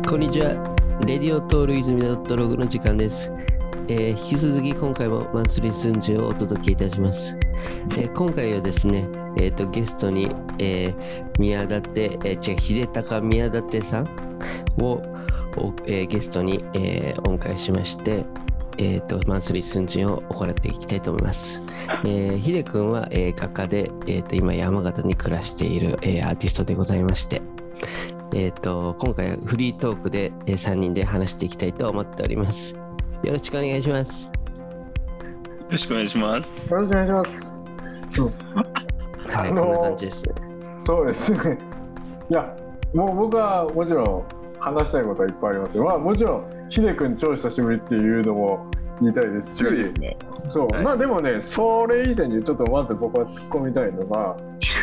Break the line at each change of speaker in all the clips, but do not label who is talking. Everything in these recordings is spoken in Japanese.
こんにちは。レディオトール泉田ログの時間です。引き続き今回もマンスリー数字をお届けいたします。今回はですね、ゲストに、宮舘、秀隆宮舘さんを、ゲストに、お迎えしまして、マンスリー数字を行っていきたいと思います。秀君は、画家で、今山形に暮らしている、アーティストでございまして、今回はフリートークで、3人で話していきたいと思っております。よろしくお願いします。
よろしくお願いします。
よろしくお願いします。
はい、こんな感じですね。
そうですね。いや、もう僕はもちろん話したいことはいっぱいありますよ。まあもちろん秀君超久しぶりっていうのも言いたいですし、
そうですね。
そう、
はい、
まあでもね、それ以前にちょっとまず僕は突っ込みたいのが、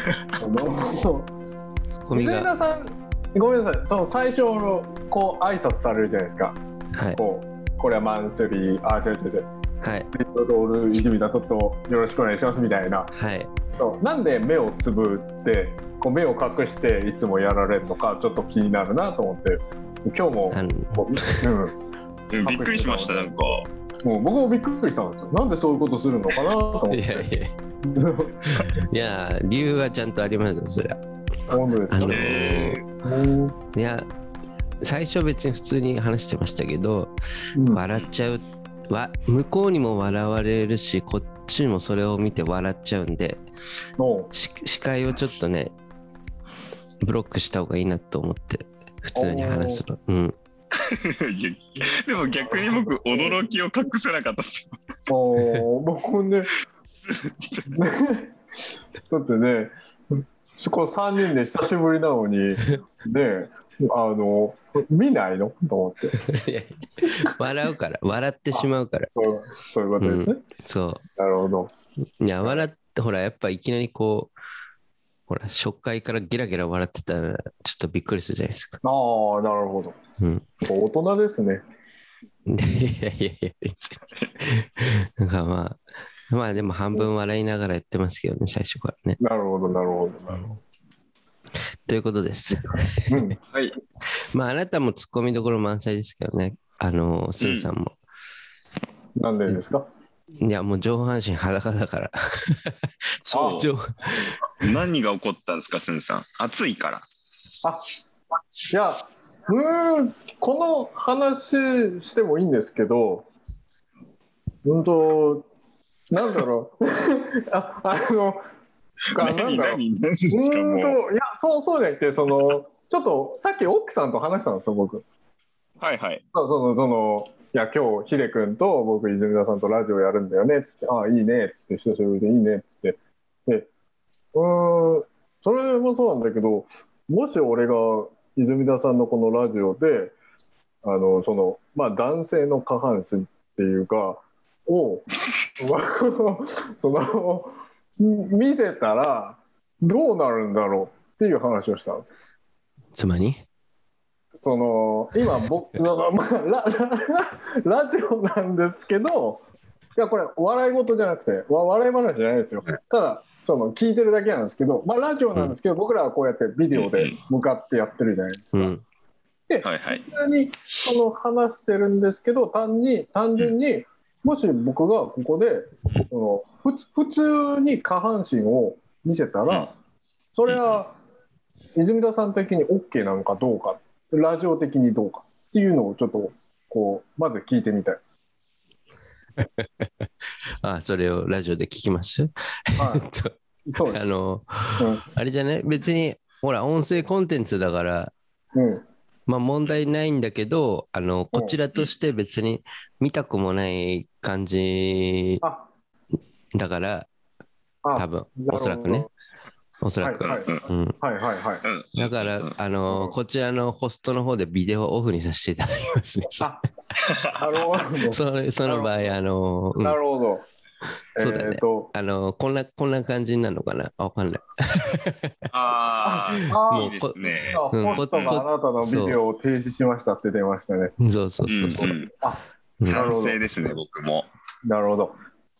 泉田さん、ごめんなさい、その最初こう挨拶されるじゃないですか。
はい。
これはマンスリー、
はい。
リトドール泉田とよろしくお願いしますみたいな。
はい。
なんで目をつぶってこう目を隠していつもやられるのかちょっと気になるなと思って今日も、
びっくりしました。なんか
もう僕もびっくりしたんですよ。なんでそういうことするのかなと思って。
いや理由はちゃんとありますよ、そりゃ。
本当ですか。
いや最初別に普通に話してましたけど、笑っちゃう向こうにも笑われるし、こっちもそれを見て笑っちゃうんで、視界をちょっとねブロックした方がいいなと思って普通に話すの。
でも逆に僕驚きを隠せなかったです
よ。僕ねだってね、こう3人で久しぶりなのにね見ないのと思って
笑うから、笑ってしまうから。
そういうことですね。
そう。
なるほど。
いや、笑ってほらやっぱいきなりこうほら初回からゲラゲラ笑ってたらちょっとびっくりするじゃないですか。
ああ、なるほど。大人ですね。
いやなんかまあでも半分笑いながらやってますけどね、最初からね。
なるほど。
ということです。
はい。
まああなたもツッコミどころ満載ですけどね、スンさんも。
なんでですか？
いやもう上半身裸だから。
そう。何が起こったんですか、スンさん。暑いから。
いや、この話してもいいんですけど、なんだろう。
何ですかもう。
いや、そうじゃなくて、ちょっとさっき奥さんと話したんですよ、僕。
はいはい。
いや、今日秀君と僕泉田さんとラジオやるんだよねっつって、ああいいねっつって、久しぶりでいいねっつって、でそれもそうなんだけど、もし俺が泉田さんのこのラジオでまあ男性の下半身っていうかを見せたらどうなるんだろうっていう話をしたんです。
つまり
今僕ラジオなんですけど、いやこれ笑い事じゃなくて笑い話じゃないですよ。ただ聞いてるだけなんですけど、まあラジオなんですけど、僕らはこうやってビデオで向かってやってるじゃないですか。で、普通に話してるんですけど、単純にもし僕がここで普通に下半身を見せたら、それは泉田さん的に OK なのかどうか、ラジオ的にどうかっていうのをちょっとまず聞いてみたい。
それをラジオで聞きます。
そう
あれじゃね、別にほら音声コンテンツだから、まあ問題ないんだけど、こちらとして別に見たくもない感じだから、多分おそらくね。おそらく。だから、こちらのホストの方でビデオをオフにさせていただきますね。その場合、
なるほど。
そうだね。こんな感じになるのかな、わかんない。
いいですね。
ホストがあなたのビデオを停止しましたって出ましたね。
そう。
賛成ですね、僕も。
なるほど。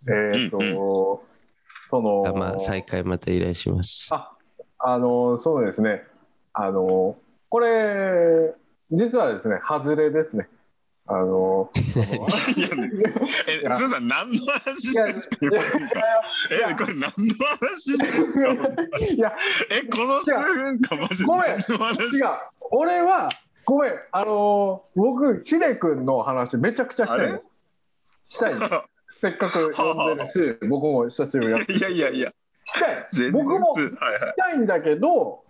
まあ再開また依頼します。
そうですね。これ実はですね、外れですね。
いやね、スーさん何の話してるんですか？これ何の話してるんですか？
いや、
この数分間マジで
ごめん、
何の話？
違う、俺はごめん、僕ヒデ君の話めちゃくちゃしたいんです。したいんです。せっかく呼んでるし、僕も久しぶりにやって。
いや
したい。僕もしたいんだけど、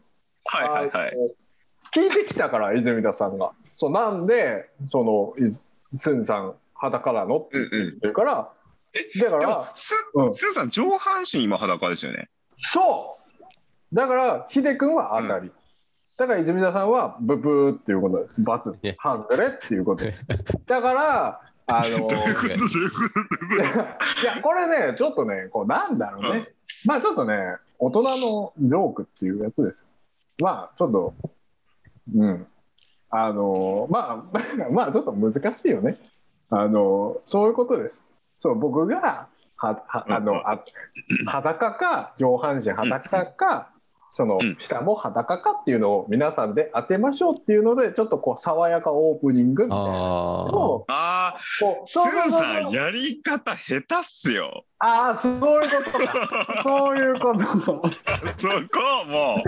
聞いてきたから泉田さんが。そうなんでスンさん裸なのって言ってるから、だから
スンさん上半身今裸ですよね。
そうだからヒデ君は当たり、だから泉田さんはブブーっていうことです。×外れっていうことです。だからいやこれねちょっとねこうなんだろうね、まあちょっとね大人のジョークっていうやつです。まあちょっとまあちょっと難しいよね。そういうことです。そう僕が裸か上半身裸か下も裸かっていうのを皆さんで当てましょうっていうのでちょっとこう爽やかオープニングみたいなのを
スーさんやり方下手っすよ。
そういうことか。そういうことか。
そこも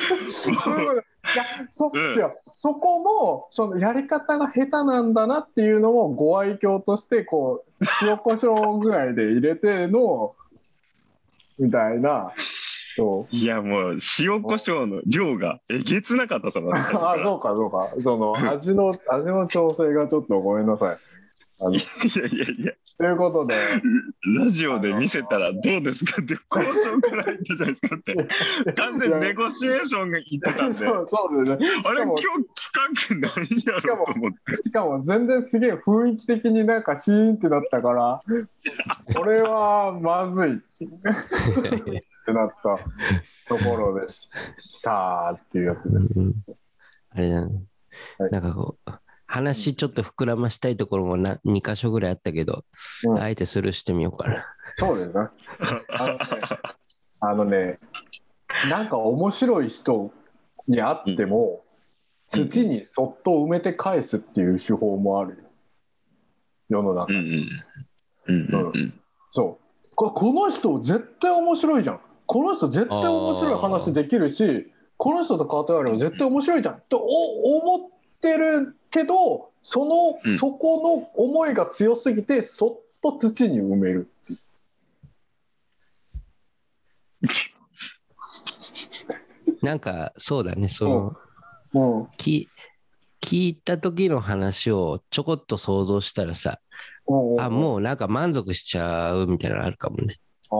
そこもそのやり方が下手なんだなっていうのもご愛嬌としてこう塩コショウぐらいで入れてのみたいな。
いやもう塩コショウの量がえげつなかったそうか
その味の調整がちょっとごめんなさい。
いや
ということで
ラジオで見せたらどうですかって交渉から言ったじゃないですかって完全にネゴシエーションが言ってたんで
そうですね。
あれ今日企画ないやろと思って、
しかも全然すげえ雰囲気的になんかシーンってなったからこれはまずいってなったところでしたっていうやつです。
あれだね、なんかこう話ちょっと膨らましたいところも2箇所ぐらいあったけど、あえてスルーしてみようかな。
そうですね。なんか面白い人に会っても、土にそっと埋めて返すっていう手法もあるよ。世の中。そう。この人絶対面白いじゃん。この人絶対面白い話できるし、この人と関われば絶対面白いじゃんと思ってるけど、そこの思いが強すぎてそっと土に埋める。
なんかそうだね、聞いた時の話をちょこっと想像したらさ、もうなんか満足しちゃうみたいなのあるかもね。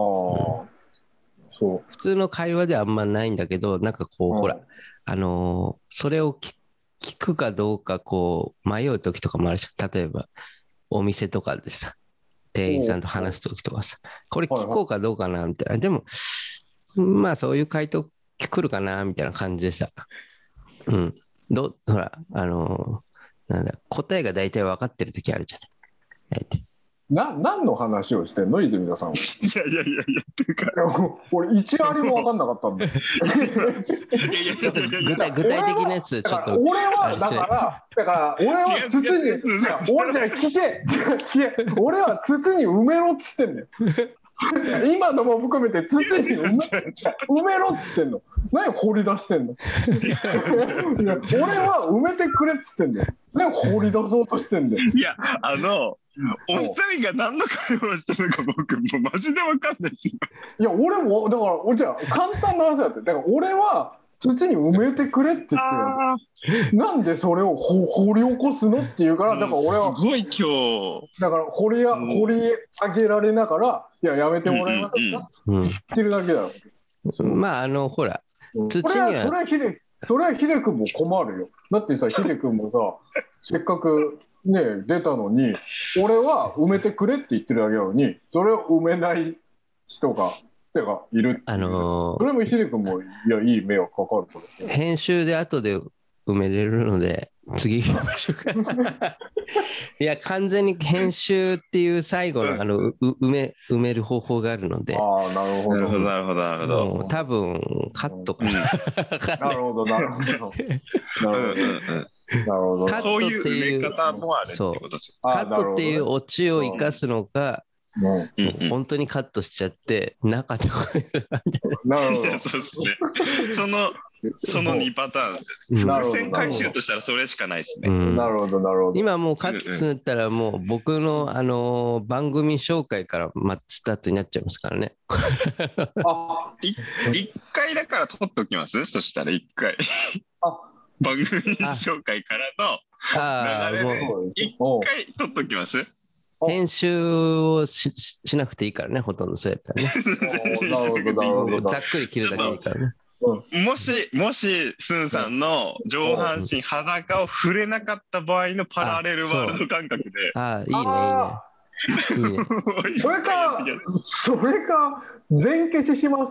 そう
普通の会話ではあんまないんだけど、なんかこう、ほらそれを聞くかどうかこう迷う時とかもあるし、例えばお店とかでさ店員さんと話す時とかさ、これ聞こうかどうかなみたいな、でもまあそういう回答来るかなみたいな感じでさ、ほらなんだ答えが大体分かってる時あるじゃない。
何の話をしてんの泉田さんは。い
やっていうか
俺1割も分かんなかったんで
ちょっと具体的なやつちょっと
俺はだから俺は筒に俺は筒に埋めろっつってんだよ。今のも含めて土に埋めろっつってんの。何掘り出してんの。俺は埋めてくれっつってんだよ。何掘り出そうとしてんだよ。
いやお二人が何の会話をしたのか僕もうマジで分かんないですよ。
いや俺もだからじゃあ簡単な話だって。だから俺は土に埋めてくれって言ってる。なんでそれを掘り起こすのって言うから、だから俺は
すごい今日
だから掘り上げられながらやめてもらえませんかって言ってるだけだろ。
まあ土には
それはヒデ君も困るよ。だってさヒデ君もさせっかくね出たのに俺は埋めてくれって言ってるだけなのにそれを埋めない人がいるっていう、それもヒデ君もいい迷惑かかるから。
編集で後で埋めれるので次行きましょうか。いや完全に編集っていう最後の埋める方法があるので。
なるほど。
多分カットかな。
なるほど。 なるほど。
カット
そういう埋め方もあるってことですよ。
カットっていうオチを生かすのか、
も
本当にカットしちゃって中とか
うなるほど。
そうですね。その2パターンですよ。伏線回収としたらそれしかないですね。
なるほど、なるほど。
今もうカットするんだったらもう僕の番組紹介からスタートになっちゃいますからね。
一回だから撮っておきます？そしたら一回。番組紹介からの流れで一回撮っておきます？
編集をしなくていいからね、ほとんどそうやったらね。
なるほど、なるほど。
ざっくり切るだけでいいからね。
もしスンさんの上半身裸を触れなかった場合のパラレルワールド感覚で。
いいね。
それか全消しします。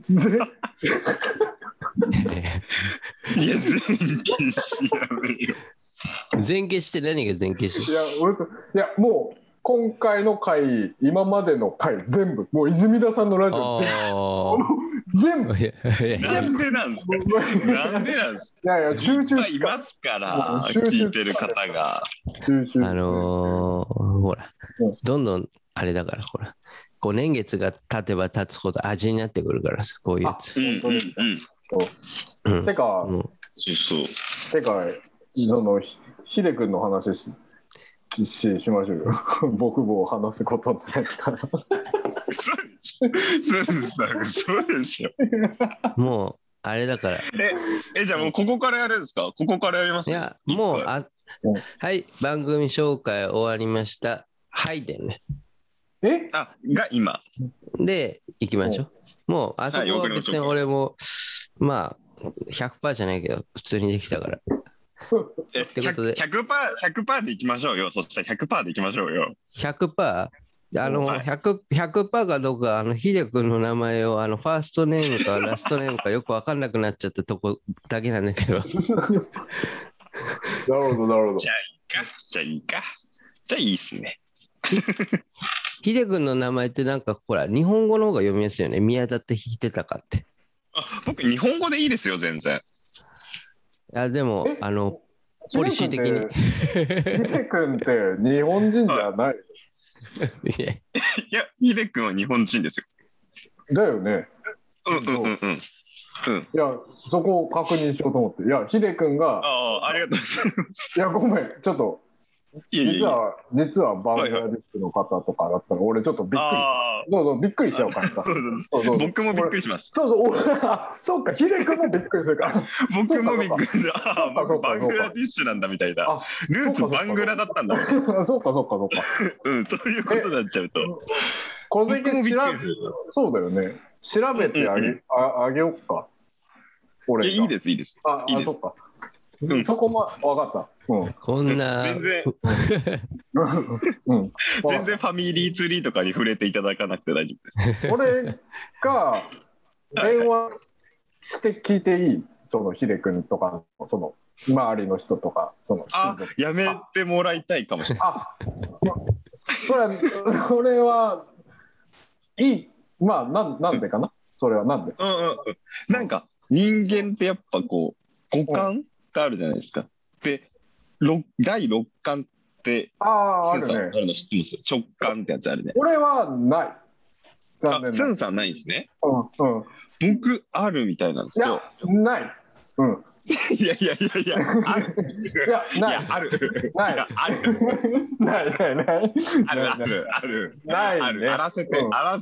いや、全消しやめよ。
全消しって何が全消し？
いやもう今回の回、今までの回全部、もう泉田さんのラジオ全部。
なんでなんですか？なんでなんですか？
いや集中
いますから聞いてる方が。
ほら、どんどんあれだからほら。年月が経てば経つほど味になってくるからさ、こういうやつ。
てか、ヒデ君の話しましょうよ。僕も話すことないから。
そうでしょ。
もう、あれだから。
じゃあもうここからやるんですか？ここからやります？
いや、もう、はい、番組紹介終わりました。はいだよね。
が今。
で、行きましょう。もう、あそこは別に俺も、まあ、100% じゃないけど、普通にできたから。
ってことで 100% でいきましょうよ。そしたら 100% でいきましょうよ。
100%? 100% かどうか、ヒデ君の名前をファーストネームかラストネームかよく分かんなくなっちゃったとこだけなんだけど。なる
ほど、なるほど。
じゃあいいっすね。
ヒデ君の名前ってなんかほら、日本語の方が読みやすいよね。宮舘秀隆って。
僕、日本語でいいですよ、全然。
でも、ポリシー的に。
ヒデ君って日本人じゃない？
いや、ヒデ君は日本人ですよ。
だよね。いや、そこを確認しようと思って。いや、ヒデ君が。
ありがとうございます。
いや、ごめん、ちょっと。実はバングラディッシュの方とかだったら俺ちょっとびっくりした。どうぞびっくりしちゃうからさ。
僕もびっくりします。
そうか、ヒデ君もびっくりするから。
僕もびっくりする。バングラディッシュなんだみたいな。ルーツバングラだったんだ。
そうか。
そういうことになっちゃうと。
小関そうだよね。調べてあげようか。俺
いいです。
そうか。そこも分かった。
こんな
全然ファミリーツリーとかに触れていただかなくて大丈夫です。
俺が電話して聞いていい？そのヒデ君とかその周りの人とか
やめてもらいたいかもしれない。
それはいい。まあなんでかな。それはなんで？
なんか人間ってやっぱこう五感があるじゃないですか。で第6感って
あるね。
あるの知ってます？直感ってやつあるね。
俺はない。残念な。
スンさんないですね。僕あるみたいなんですよ。
ない。
いやある。ないある。あらせて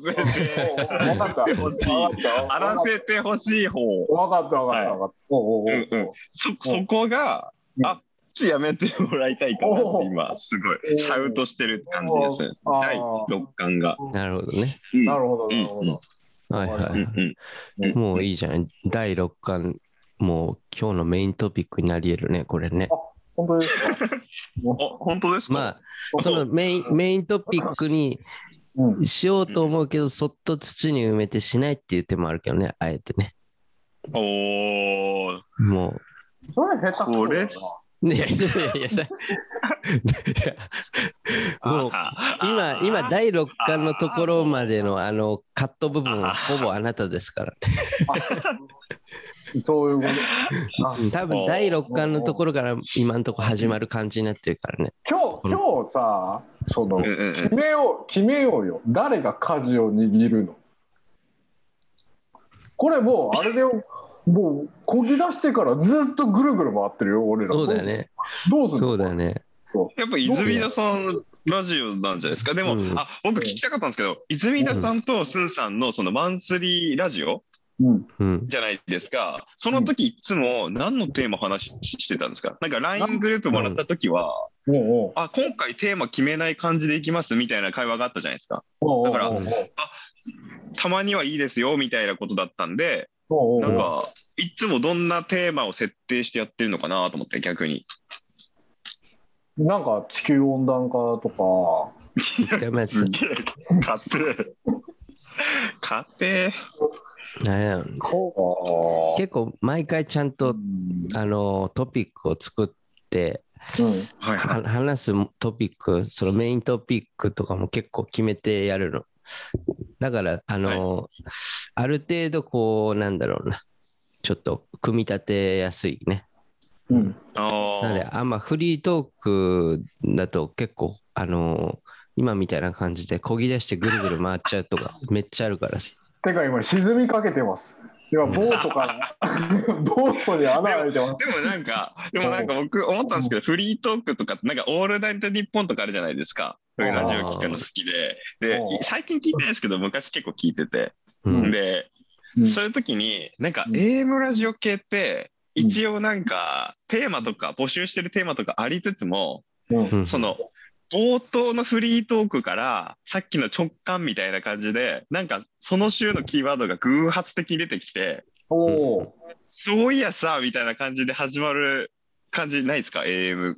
ほしい。あらせてほしい方。
分かった。
そこがやめてもらいたいかなって今すごいシャウトしてる感じですね。第6巻が。
なるほどね。
なるほど。
もういいじゃん。第6巻もう今日のメイントピックになり得るね、これね。
本当ですか？
本当ですか？
まあ、そのメイントピックにしようと思うけど、そっと土に埋めてしないっていう手もあるけどね、あえてね。も
う。それ下手くそだな。
いやいやいやさもう今第6巻のところまでのカット部分はほぼあなたですから
そういうこと。
多分第6巻のところから今のところ始まる感じになってるからね。
今日さ、決めようよ。誰が舵を握るの？これもうあれでもうこぎ出してからずっとぐるぐる回ってるよ俺ら。
そうだよね。
どうするの？
そうだよね。
やっぱ泉田さんラジオなんじゃないですか。でも、僕聞きたかったんですけど、泉田さんとスンさんのそのマンスリーラジオじゃないですか。その時いつも何のテーマ話してたんですか？なんか LINE グループもらった時は、今回テーマ決めない感じでいきますみたいな会話があったじゃないですか。だからたまにはいいですよみたいなことだったんで、なんかいつもどんなテーマを設定してやってるのかなと思って、逆に。
なんか地球温暖化とか。
すげえ勝手
結構毎回ちゃんとトピックを作って話すトピック、そのメイントピックとかも結構決めてやるの。だからある程度こうなんだろうな、ちょっと組み立てやすいね。なのでフリートークだと結構今みたいな感じでこぎ出してぐるぐる回っちゃうとかめっちゃあるからさ。
てか今沈みかけてます。今ボートからボートに穴開いてます。
でもなんか僕思ったんですけど、フリートークとかなんかオールナイトニッポンとかあるじゃないですか。そういうラジオ聞くの好きで、最近聞いてないですけど昔結構聞いてて、でそういう時になんか AM ラジオ系って一応なんかテーマとか募集してるテーマとかありつつも、その冒頭のフリートークからさっきの直感みたいな感じでなんかその週のキーワードが偶発的に出てきて、そういやさみたいな感じで始まる感じないですか AM 系って。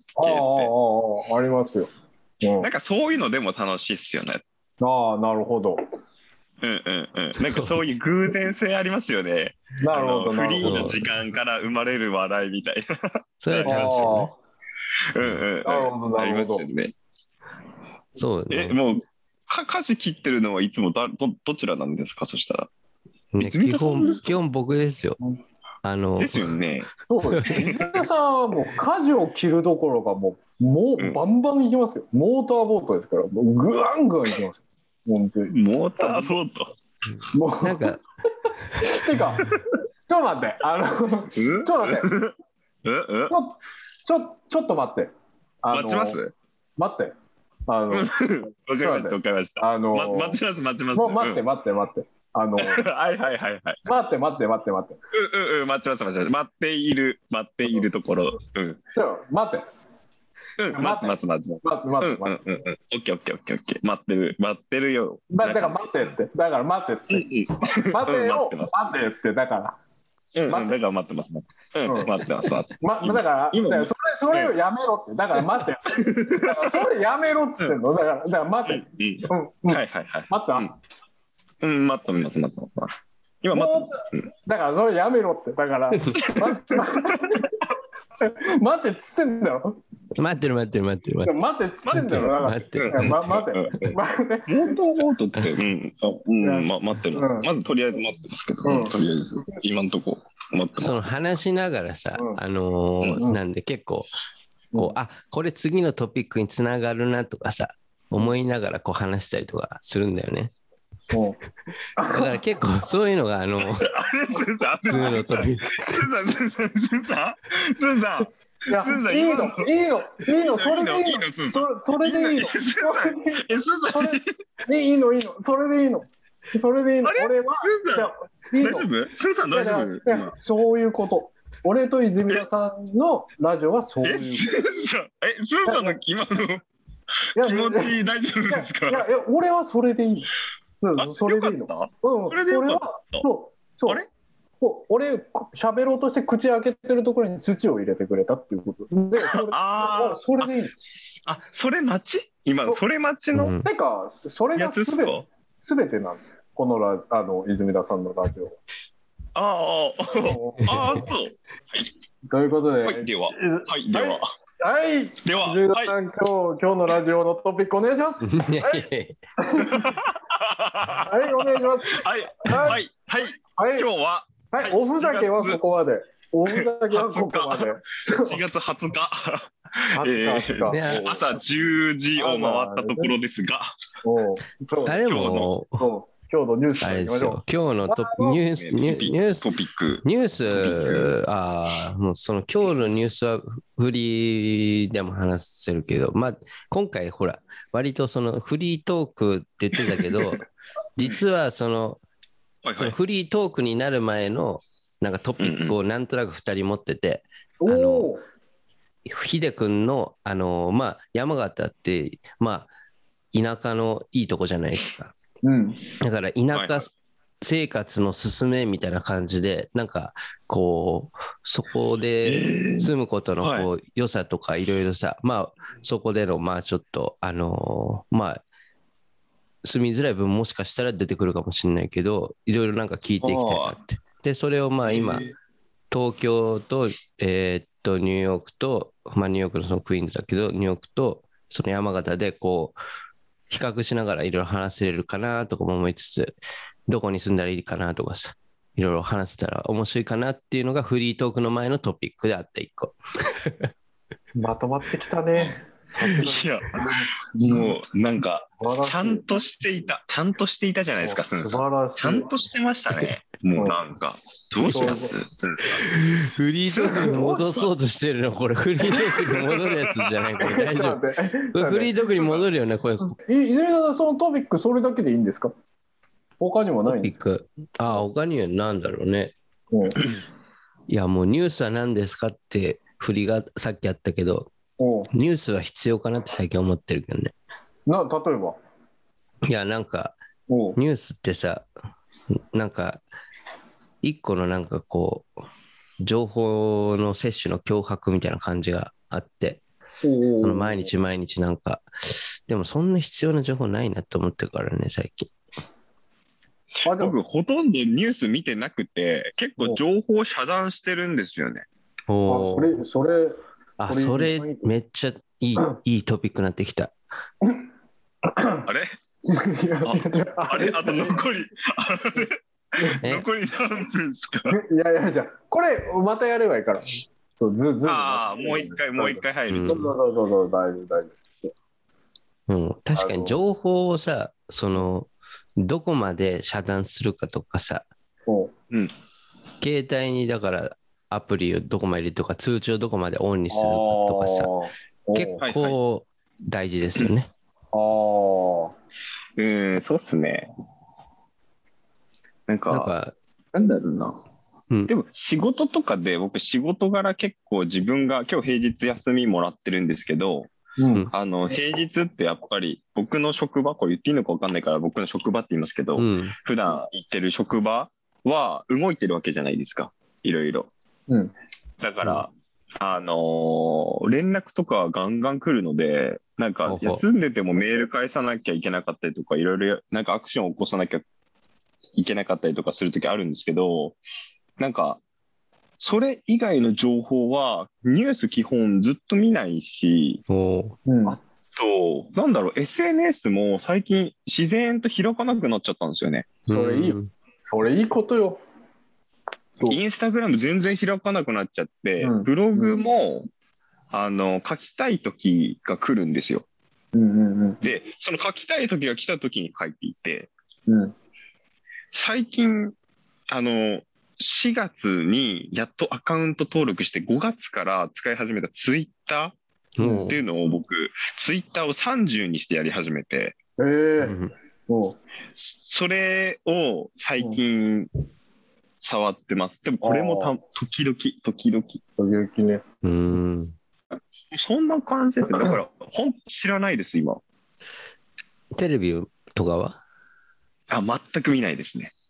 ありますよ。
なんかそういうのでも楽しいっすよね。
なるほど。
なんかそういう偶然性ありますよね。
なるほど。
フリーの時間から生まれる笑いみたいな。
それは楽しいね。
ありますよね。
そうね。
もう歌詞切ってるのはいつもどちらなんですか？そしたら。
基本僕ですよ。
ですよね。
そうです。泉田さんはもう舵を切るどころかもうバンバン行きますよ。モーターボートですから、もうグワングワン行きますよ。本当に。
モーターボート。
もうなんかてかちょっと待って、ちょっと待って。
待ちます？
待って。
わかりました。待ちます。
待って。はい。
待って。
待って。待って
いるところ。
待って。
待つ。オッケー。待ってるよ。
だから待ってって。だから待ってって。待てよ。待てって。だから。
だから待ってますね。待ってます。だ
からそれをやめろって。だから待って。だからそれやめろっつってんの。だから待って。
はい。
待った。
待ってます。今待ってます。
だからそれやめろって。だから待ってっつってんだろ。
待ってる。
待ってっつってんだろ。
待って。モーターボートって、待ってます。まずとりあえず待ってますけど、とりあえず今のとこ待ってます。
その話しながらさ、なんで結構こうこれ次のトピックにつながるなとかさ思いながらこう話したりとかするんだよね。だから結構そういうのが次のトピック。
スンさん
いいのそれでいいのそれでいいの俺は
大丈夫？スンさん大丈夫？
そういうこと。俺と泉田さんのラジオはそういうこと。
スンさんの今の気持ち大丈夫ですか？
いや俺はそれでいいの。それでいいの。
それでよかった。
そう。俺喋ろうとして口開けてるところに土を入れてくれたっていうことで、それでいいの。
それ待ち？今それ待ちの？
てかそれが全てなんですよ。この泉田さんのラジオ。
そう。
ということで、
はい、では。はい、では。
はい、
では、
藤田さん、今日のラジオのトピックお願いします。はい、お願いします。
はい、はい、はい、今日は、
はい、おふざけはここまで。おふざけはここまで。
4月20日。朝10時を回ったところですが、
あれも
今日のニュース
あれですよ。今日のニュース
トピック。
もうその今日のニュースはフリーでも話せるけど、まあ今回ほら割とそのフリートークって言ってたけど、実はそのフリートークになる前のなんかトピックをなんとなく2人持ってて、ヒデ君のまあ山形ってまあ田舎のいいとこじゃないですか。だから田舎生活の勧めみたいな感じで、なんかこうそこで住むことのこう良さとかいろいろさ、まあそこでのまあちょっとまあ住みづらい分もしかしたら出てくるかもしれないけど、いろいろなんか聞いていきたいなって。でそれをまあ今東京とニューヨークとまあニューヨークのそのクイーンズだけどニューヨークとその山形でこう比較しながらいろいろ話せれるかなとかも思いつつ、どこに住んだらいいかなとかさ、いろいろ話せたら面白いかなっていうのがフリートークの前のトピックであって1個。
まとまってきたね。
いや、もうなんかちゃんとしていたじゃないですか、スンさん。ちゃんとしてましたね。もうなんかどうしますスンさん。
フリートークに戻そうとしてるのこれフリートークに戻るやつじゃないこれ大丈夫。フリートークに戻るよねこれ。
泉田さん、そのトピックそれだけでいいんですか？他にもないんですか？
他には何だろうね。いやもうニュースは何ですかって振りがさっきあったけど、ニュースは必要かなって最近思ってるけどね。
例えば
いやなんかニュースってさ、なんか一個のなんかこう情報の摂取の脅迫みたいな感じがあって、その毎日毎日なんかでもそんな必要な情報ないなって思ってるからね最近。
僕ほとんどニュース見てなくて結構情報遮断してるんですよね。
それめっちゃいいトピックになってきた。
あれあと残り何分ですか？
いやじゃあこれまたやればいいから。も
う一回入る。
どうぞ大丈
夫。確かに情報をさそのどこまで遮断するかとかさ、携帯にだからアプリをどこまで入れるとか通知をどこまでオンにするかとかさ、結構大事ですよね。
そうっすね。なんだろうな。でも仕事とかで僕仕事柄結構自分が今日平日休みもらってるんですけど、平日ってやっぱり僕の職場、これ言っていいのか分かんないから僕の職場って言いますけど、普段行ってる職場は動いてるわけじゃないですか、いろいろ。だから、連絡とかガンガン来るので、なんか休んでてもメール返さなきゃいけなかったりとか、いろいろなんかアクションを起こさなきゃいけなかったりとかするときあるんですけど、なんかそれ以外の情報はニュース基本ずっと見ないし、あとなんだろう SNS も最近自然と開かなくなっちゃったんですよね。
それいいよ。それいいことよ。
インスタグラム全然開かなくなっちゃって、ブログも書きたい時が来るんですよ。でその書きたい時が来た時に書いていて、最近4月にやっとアカウント登録して5月から使い始めたツイッターっていうのを僕ツイッターを30にしてやり始めて、それを最近触ってます。でもこれも時々
ね。
そんな感じですね。だから本当知らないです今。
テレビとかは？
全く見ないですね。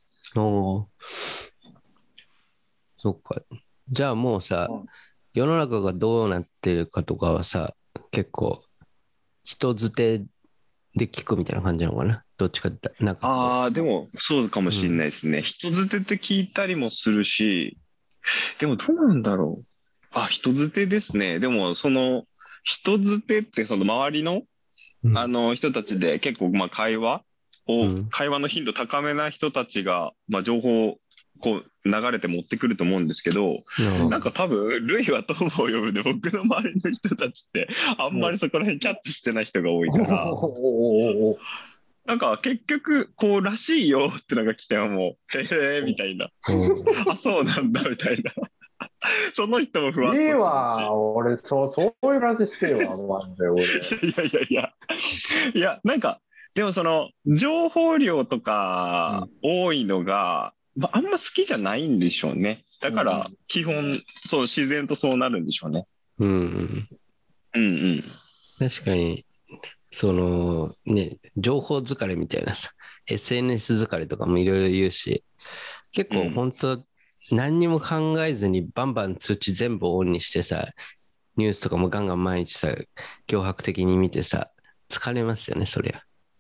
そっか。じゃあもうさ、世の中がどうなってるかとかはさ、結構人づてで聞くみたいな感じなのかな。どっちかってなんか。
ああ、でもそうかもしれないですね。人づてで聞いたりもするし、でもどうなんだろう。あ、人づてですね。でもその人づてってその周りの、人たちで結構まあ会話の頻度高めな人たちが、まあ、情報をこう流れて持ってくると思うんですけど、なんか多分、ルイは友を呼ぶで僕の周りの人たちってあんまりそこら辺キャッチしてない人が多いから、なんか結局、こうらしいよってのが来てはもう、へえみたいな。あ、そうなんだみたいな。その人も不安。
いいわ、俺、そういう話してよ、マジで俺。
いや、なんか、でもその、情報量とか多いのが、あんま好きじゃないんでしょうね。だから、基本、そう、自然とそうなるんでしょうね。
うんうん。確かに、その、ね、情報疲れみたいなさ、SNS 疲れとかもいろいろ言うし、結構本当、何にも考えずにバンバン通知全部オンにしてさ、ニュースとかもガンガン毎日さ、脅迫的に見てさ、疲れますよね、そりゃ。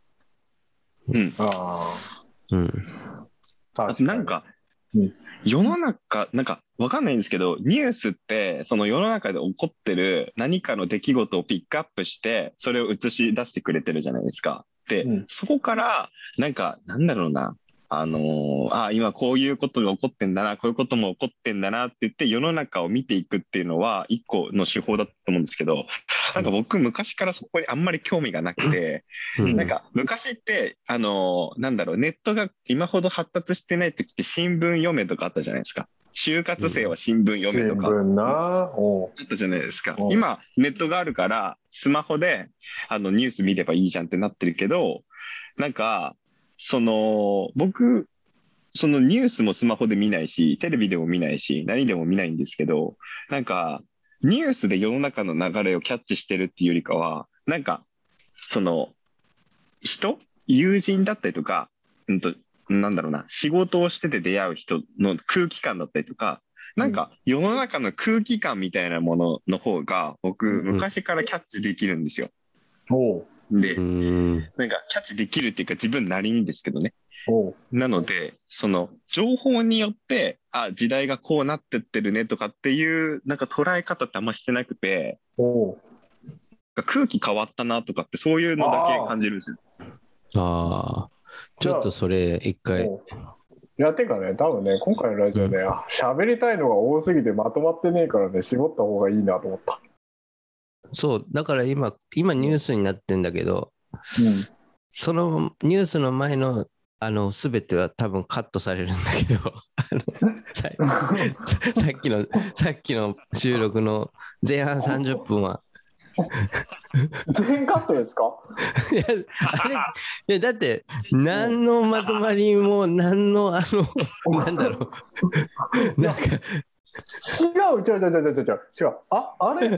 あとなんか、世の中、なんかわかんないんですけど、ニュースって、その世の中で起こってる何かの出来事をピックアップして、それを映し出してくれてるじゃないですか。で、そこから、なんか、なんだろうな、今こういうことが起こってんだな、こういうことも起こってんだなって言って世の中を見ていくっていうのは一個の手法だと思うんですけど、なんか僕昔からそこにあんまり興味がなくて、なんか昔って、なんだろう、ネットが今ほど発達してない時って新聞読めとかあったじゃないですか。就活生は新聞読めとか。あったじゃないですか。今、ネットがあるから、スマホで、ニュース見ればいいじゃんってなってるけど、なんか、僕、そのニュースもスマホで見ないし、テレビでも見ないし、何でも見ないんですけど、なんか、ニュースで世の中の流れをキャッチしてるっていうよりかは、なんか、友人だったりとか、なんだろうな、仕事をしてて出会う人の空気感だったりとか、なんか世の中の空気感みたいなものの方が僕、昔からキャッチできるんですよ。で、なんかキャッチできるっていうか自分なりにですけどね。なので、その情報によって、時代がこうなってってるねとかっていう、なんか捉え方ってあんましてなくて、空気変わったなとかってそういうのだけ感じるんですよ。
ちょっとそれ一回。
いや、てかね、多分ね、今回のラジオね、喋りたいのが多すぎてまとまってねえからね、絞った方がいいなと思った。
そう、だから今ニュースになってんだけど、そのニュースの前のすべては多分カットされるんだけどさっきの収録の前半30分は
全カットですか？
いやだって何のまとまりも何のなんだろうなんか違
う。あれ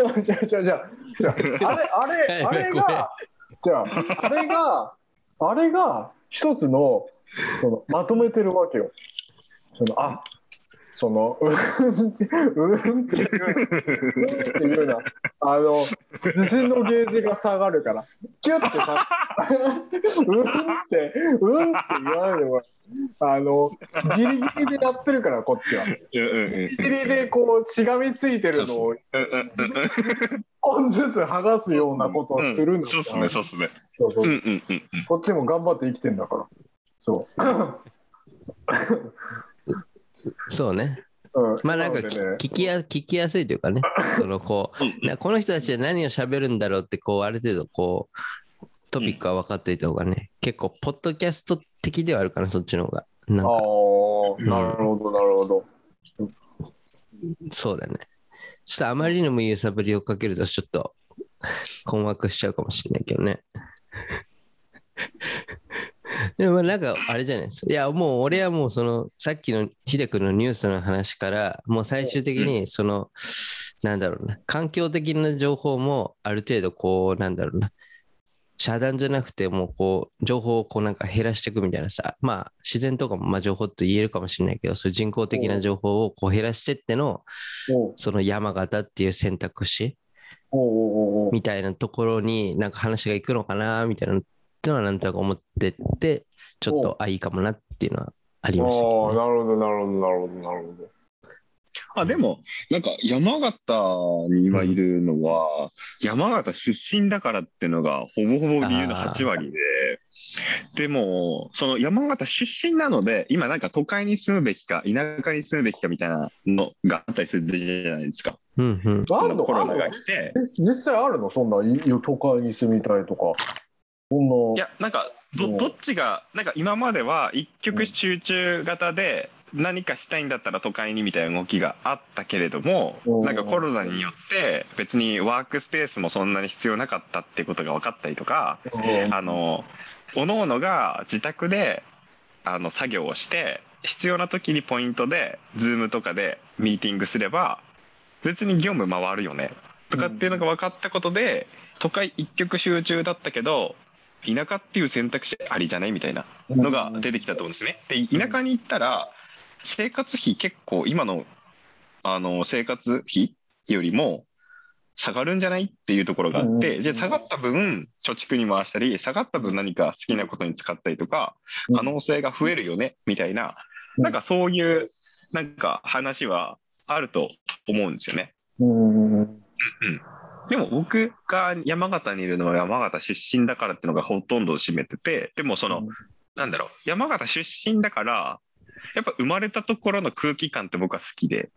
が一つのまとめてるわけよ。っていうな、自信のゲージが下がるから、キュッてさ、って言わないでもギリギリでやってるから、こっちは。ギリギリでこうしがみついてるのを本ずつ剥がすようなことをするんだ。
そうっすね。
こっちも頑張って生きてんだから。
そうね。まあなんか聞きやすいというかね、この人たちは何を喋るんだろうってある程度トピックは分かっていた方がね、結構ポッドキャスト的ではあるかな、そっちの方が。
なるほど。
そうだね。ちょっとあまりにも揺さぶりをかけるとちょっと困惑しちゃうかもしれないけどね。でもなんかあれじゃないですか。いやもう俺はもうさっきのヒデ君のニュースの話からもう最終的になんだろうな、環境的な情報もある程度なんだろうな、遮断じゃなくても情報をなんか減らしていくみたいなさ、まあ自然とかも情報と言えるかもしれないけど、そういう人工的な情報を減らしてっての山形っていう選択肢みたいなところになんか話が行くのかなみたいなってのはなんとなく思ってて、ちょっといいかもなっていうのはありましたけどね。
なるほどなるほどなるほどなるほど。
でも、なんか山形に今いるのは、山形出身だからっていうのがほぼほぼ理由の8割で、でも、その山形出身なので、今なんか都会に住むべきか、田舎に住むべきかみたいなのがあったりするじゃないですか。そのコロナが来て。
実際あるの？そんな都会に住みたいとか。
いや、なんかどっちが、なんか今までは一極集中型で、何かしたいんだったら都会にみたいな動きがあったけれども、なんかコロナによって別にワークスペースもそんなに必要なかったってことが分かったりとか、各々が自宅で作業をして必要な時にポイントで Zoom とかでミーティングすれば別に業務回るよねとかっていうのが分かったことで、都会一極集中だったけど田舎っていう選択肢ありじゃないみたいなのが出てきたと思うんですね。で、田舎に行ったら生活費結構今の生活費よりも下がるんじゃないっていうところがあって、じゃあ下がった分貯蓄に回したり、下がった分何か好きなことに使ったりとか可能性が増えるよねみたいな、なんかそういうなんか話はあると思うんですよね。でも僕が山形にいるのは山形出身だからっていうのがほとんどを占めてて、でもそのなんだろう、山形出身だからやっぱ生まれたところの空気感って僕は好きで、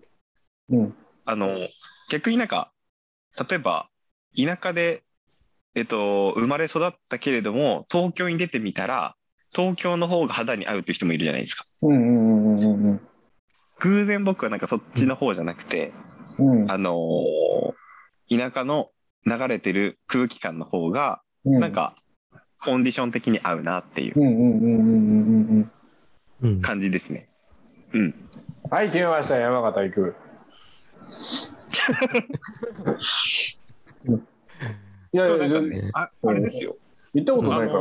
逆になんか例えば田舎で、生まれ育ったけれども東京に出てみたら東京の方が肌に合うっていう人もいるじゃないですか。偶然僕はなんかそっちの方じゃなくて、田舎の流れてる空気感の方がなんかコンディション的に合うなっていう感じですね。
はい、決めました。山形行く。いやいや、
ね、あれですよ。
行ったことないから。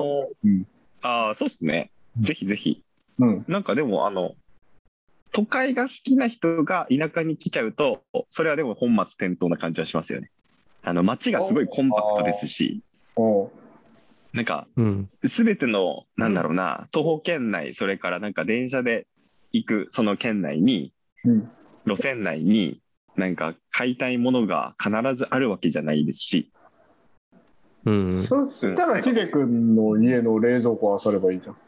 そうですね。ぜひぜひ。なんかでも都会が好きな人が田舎に来ちゃうと、それはでも本末転倒な感じはしますよね。街がすごいコンパクトですし、なんか全てのなんだろうな、徒歩圏内、それからなんか電車で行くその圏内に、路線内になんか買いたいものが必ずあるわけじゃないですし。
そしたらヒデ君の家の冷蔵庫あさればいいじゃん。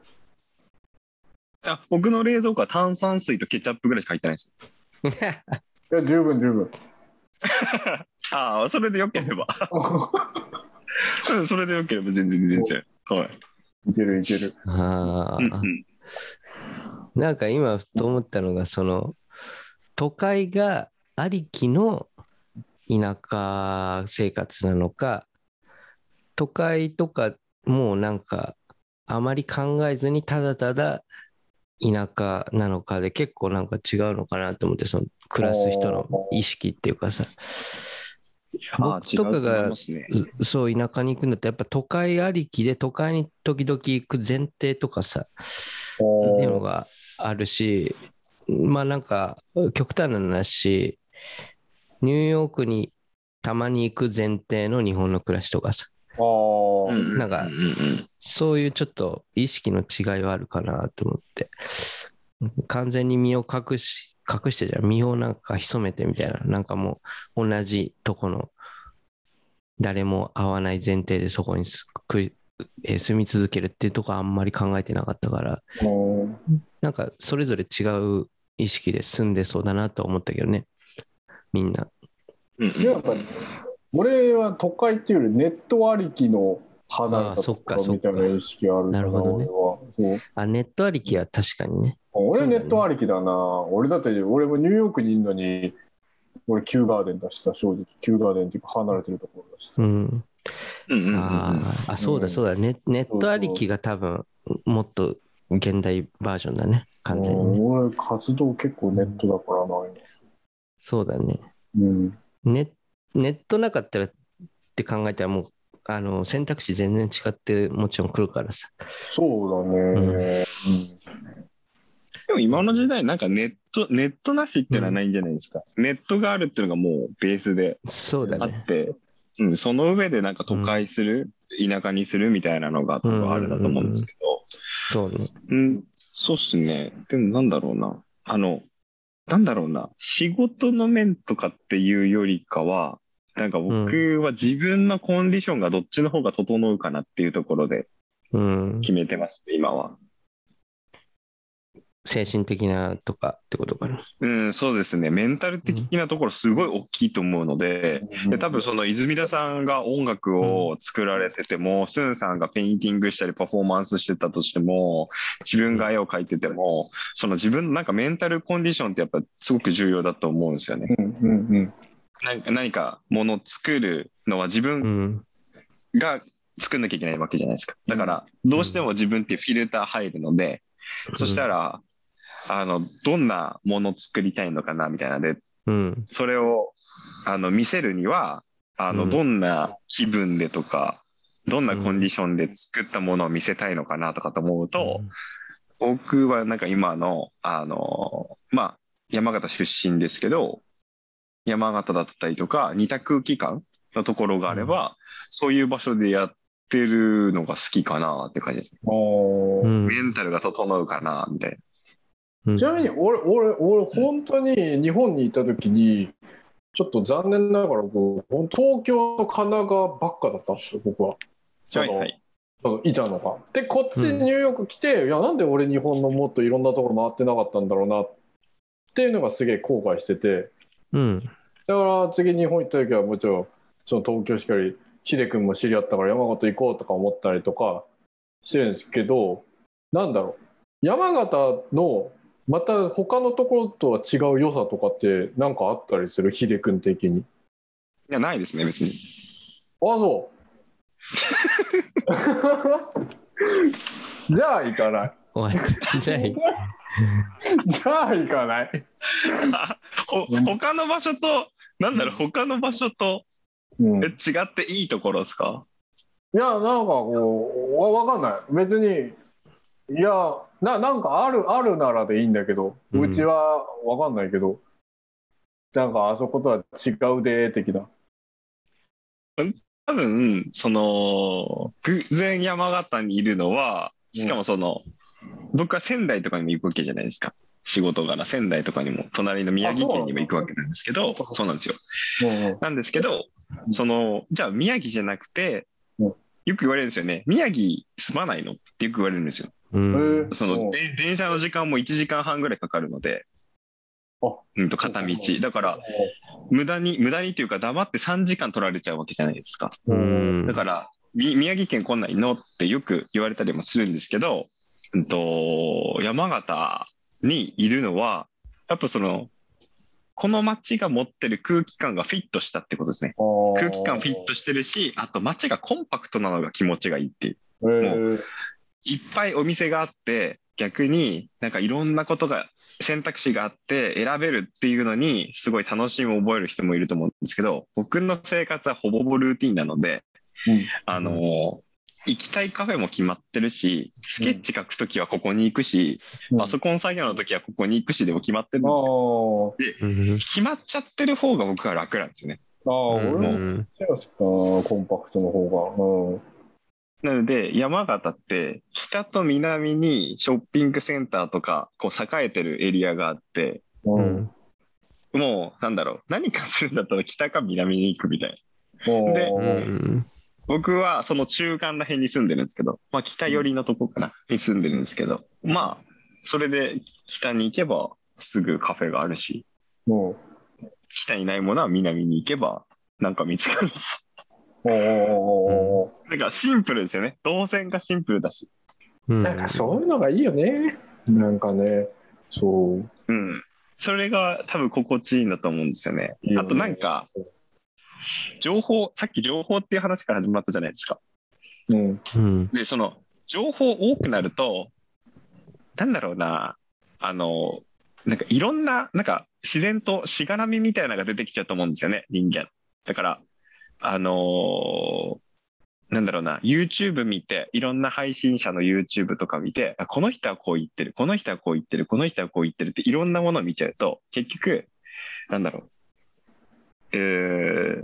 僕の冷蔵庫は炭酸水とケチャップぐらいしか入ってないです。
いや、十分十分。
それでよければ。それでよければ全然。はい。
いけるいける。
なんか今ふと思ったのが、その都会がありきの田舎生活なのか、都会とかもうなんかあまり考えずにただただ田舎なのかで結構なんか違うのかなと思って、その暮らす人の意識っていうかさ、僕とかがそう田舎に行くんだったらやっぱ都会ありきで都会に時々行く前提とかさっていうのがあるし、まあなんか極端な話、ニューヨークにたまに行く前提の日本の暮らしとかさ、なんかそういうちょっと意識の違いはあるかなと思って、完全に身を隠してじゃん、身をなんか潜めてみたいな、なんかもう同じとこの誰も会わない前提でそこに住み続けるっていうとこあんまり考えてなかったから、なんかそれぞれ違う意識で住んでそうだなと思ったけどね、みんな。
やっぱ俺は都会っていうよりネットありきの離れたところみたいな意識あるから、俺は。
ネットありきは確かにね。
俺ネットありきだな。俺だって俺もニューヨークにいるのに、俺キューガーデンだしさ、正直キューガーデンっていうか離れてるところだし
さ。そうだ、ネットありきが多分もっと現代バージョンだね、完全に、ね。
俺活動結構ネットだからな。
そうだね。ネットなかったらって考えたらもう選択肢全然違ってもちろん来るからさ。
そうだね。
でも今の時代なんかネットなしってのはないんじゃないですか。ネットがあるっていうのがもうベースであって、 その上でなんか都会する、田舎にするみたいなのが多分あるんだと思うんですけど、
そうね。
そうっすね。でもなんだろうな。なんだろうな。仕事の面とかっていうよりかは、なんか僕は自分のコンディションがどっちの方が整うかなっていうところで決めてますね、今は。
精神的なとかってことかな。
そうですね。メンタル的なところすごい大きいと思うので、多分その泉田さんが音楽を作られてても、スンさんがペインティングしたりパフォーマンスしてたとしても、自分が絵を描いてても、その自分のなんかメンタルコンディションってやっぱすごく重要だと思うんですよね。何かものを作るのは自分が作んなきゃいけないわけじゃないですか。だからどうしても自分っていうフィルター入るので、そしたら、どんなもの作りたいのかなみたいなので、それを見せるにはどんな気分でとかどんなコンディションで作ったものを見せたいのかなとかと思うと、僕はなんか今のまあ山形出身ですけど、山形だったりとか似た空気感のところがあれば、そういう場所でやってるのが好きかなって感じですね。メンタルが整うかなみたいな。
ちなみに俺本当に日本にいた時にちょっと残念ながら東京と神奈川ばっかだったんですよ、僕は。いたのが。でこっちニューヨーク来て、いやなんで俺日本のもっといろんなところ回ってなかったんだろうなっていうのがすげえ後悔してて、だから次日本行った時はもちろんその東京しかりヒデ君も知り合ったから山形行こうとか思ったりとかしてるんですけど、なんだろう、山形のまた他のところとは違う良さとかって何かあったりする？ヒデ君的に。い
や、ないですね、別に。
そうじゃあ行かない。
じゃ
あ行かない。
他の場所と他の場所と違っていいところですか？
いや、なんかわかんない。別にいやなんかあるならでいいんだけど、うちはわかんないけど、なんかあそことは違うで的な。
多分その偶然山形にいるのは、しかも僕は仙台とかにも行くわけじゃないですか。仕事柄仙台とかにも隣の宮城県にも行くわけなんですけど、そうなんですよ。なんですけど、じゃあ宮城じゃなくて、よく言われるんですよね。宮城住まないのってよく言われるんですよ。電車の時間も1時間半ぐらいかかるので、片道だから無駄にっていうか黙って3時間取られちゃうわけじゃないですか。だから宮城県来ないのってよく言われたりもするんですけど、山形にいるのはやっぱこの街が持ってる空気感がフィットしたってことですね。空気感フィットしてるし、あと街がコンパクトなのが気持ちがいいっていう。もういっぱいお店があって、逆になんかいろんなことが選択肢があって選べるっていうのにすごい楽しみを覚える人もいると思うんですけど、僕の生活はほぼほぼルーティンなので、行きたいカフェも決まってるし、スケッチ描くときはここに行くし、パソコン作業のときはここに行くしでも決まってるんですよ。で、決まっちゃってる方が僕は楽なんですよね。
俺もコンパクトの方
が。なので山形って北と南にショッピングセンターとか栄えてるエリアがあって、もう何かするんだったら北か南に行くみたいな。で、僕はその中間ら辺に住んでるんですけど、北寄りのとこかなに住んでるんですけど、それで北に行けばすぐカフェがあるし、北にないものは南に行けばなんか見つかるし。なんかシンプルですよね。動線がシンプルだし。
なんかそういうのがいいよね。なんかね、そう。
それが多分心地いいんだと思うんですよね。あとなんか、さっき情報っていう話から始まったじゃないですか。で、情報多くなると、なんかいろんな、なんか自然としがらみみたいなのが出てきちゃうと思うんですよね、人間。だから、YouTube 見て、いろんな配信者の YouTube とか見て、この人はこう言ってる、この人はこう言ってる、この人はこう言ってるっていろんなものを見ちゃうと、結局、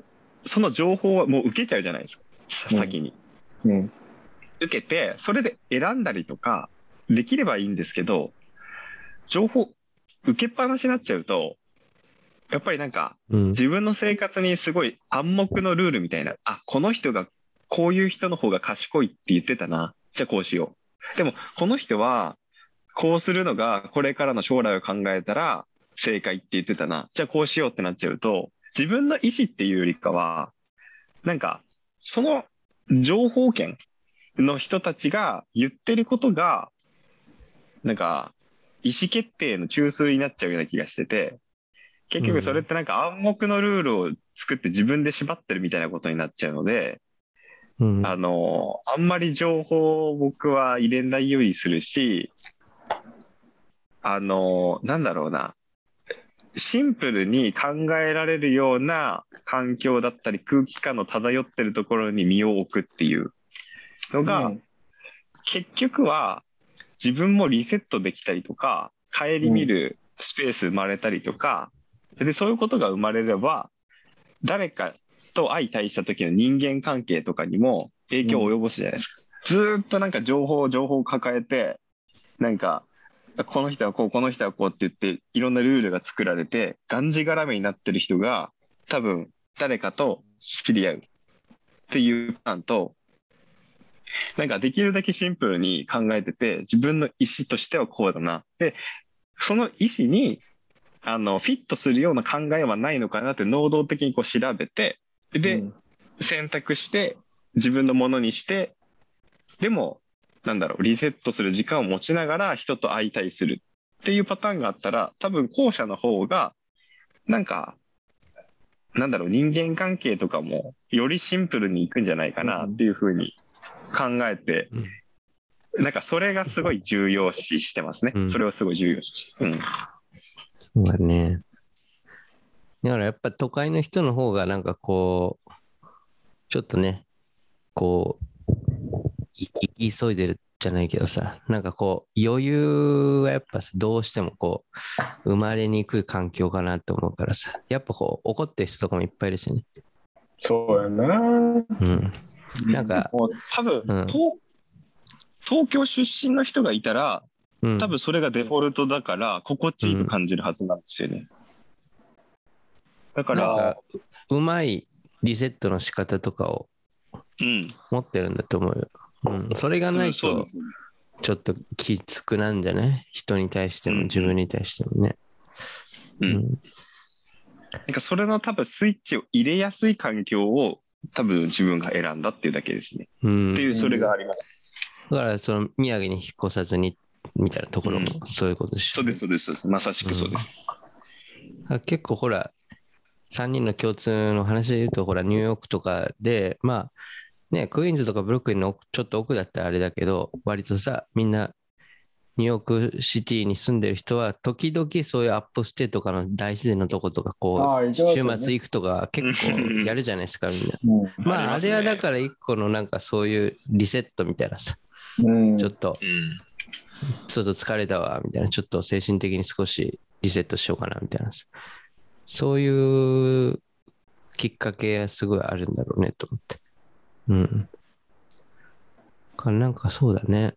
その情報はもう受けちゃうじゃないですか、先に。受けて、それで選んだりとかできればいいんですけど、情報受けっぱなしになっちゃうと、やっぱりなんか、自分の生活にすごい暗黙のルールみたいな、この人が、こういう人の方が賢いって言ってたな。じゃあこうしよう。でも、この人は、こうするのが、これからの将来を考えたら、正解って言ってたな。じゃあこうしようってなっちゃうと、自分の意思っていうよりかは、なんか、その情報圏の人たちが言ってることが、なんか、意思決定の中枢になっちゃうような気がしてて、結局それってなんか暗黙のルールを作って自分で縛ってるみたいなことになっちゃうので、あんまり情報を僕は入れないようにするし、なんだろうな、シンプルに考えられるような環境だったり空気感の漂ってるところに身を置くっていうのが、結局は自分もリセットできたりとか、顧みるスペース生まれたりとか、でそういうことが生まれれば、誰かと相対した時の人間関係とかにも影響を及ぼすじゃないですか。ずーっとなんか情報を抱えて、なんかこの人はこう、この人はこうって言って、いろんなルールが作られて、がんじがらめになってる人が、多分誰かと知り合うっていうパターンと、なんかできるだけシンプルに考えてて、自分の意思としてはこうだな。で、その意思にフィットするような考えはないのかなって能動的にこう調べて、で、選択して自分のものにして、でもなんだろう、リセットする時間を持ちながら人と相対するっていうパターンがあったら、多分後者の方がなんかなんだろう、人間関係とかもよりシンプルにいくんじゃないかなっていうふうに考えて、なんかそれがすごい重要視してますね。それをすごい重要視して。
そうだね。だからやっぱ都会の人の方がなんかこう、ちょっとね、こう、急いでるじゃないけどさ、なんかこう、余裕はやっぱどうしてもこう、生まれにくい環境かなと思うからさ、やっぱこう、怒ってる人とかもいっぱいいるしね。
そうやな。
なんか、
多分、東京出身の人がいたら、多分それがデフォルトだから心地いいと感じるはずなんですよね。だからなんか
うまいリセットの仕方とかを持ってるんだと思うよ。それがないとちょっときつくなんじゃない？人に対しても自分に対してもね。
なんかそれの多分スイッチを入れやすい環境を多分自分が選んだっていうだけですね。っていうそれがあります。
だからその宮城に引っ越さずにみたいなところもそういうことでしょ。
そうですそうですそうです。まさしくそうです。
結構ほら3人の共通の話で言うとほらニューヨークとかでまあねクイーンズとかブルックリンのちょっと奥だったらあれだけど割とさみんなニューヨークシティに住んでる人は時々そういうアップステとかの大自然のとことかこう週末行くとか結構やるじゃないですかみんな。まああれはだから一個のなんかそういうリセットみたいなさちょっと疲れたわみたいなちょっと精神的に少しリセットしようかなみたいなそういうきっかけがすごいあるんだろうねと思って。なんかそうだね。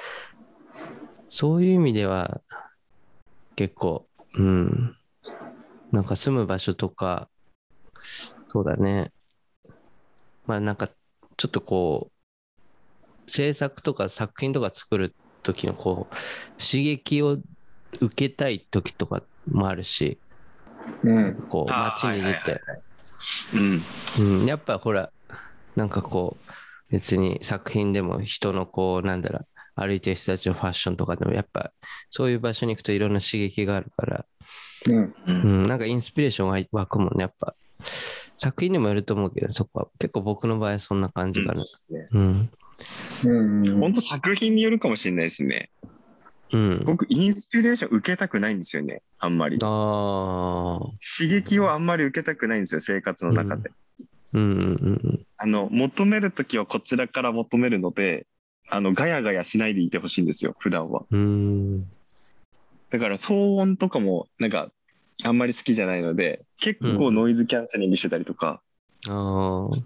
そういう意味では結構、なんか住む場所とか、そうだね。まあなんかちょっとこう、制作とか作品とか作る時のこう、刺激を受けたい時とかもあるし、こう街に出て、やっぱほら、なんかこう、別に作品でも人のこう、なんだろう、歩いてる人たちのファッションとかでもやっぱそういう場所に行くといろんな刺激があるから、なんかインスピレーション湧くもんね、やっぱ作品にもよると思うけど、そこは結構僕の場合はそんな感じかな。
本当作品によるかもしれないですね。僕インスピレーション受けたくないんですよね、あんまり。刺激をあんまり受けたくないんですよ、生活の中で。求めるときはこちらから求めるので、ガヤガヤしないでいてほしいんですよ、普段は。だから騒音とかもなんかあんまり好きじゃないので、結構ノイズキャンセリングしてたりとか
ああ。はい。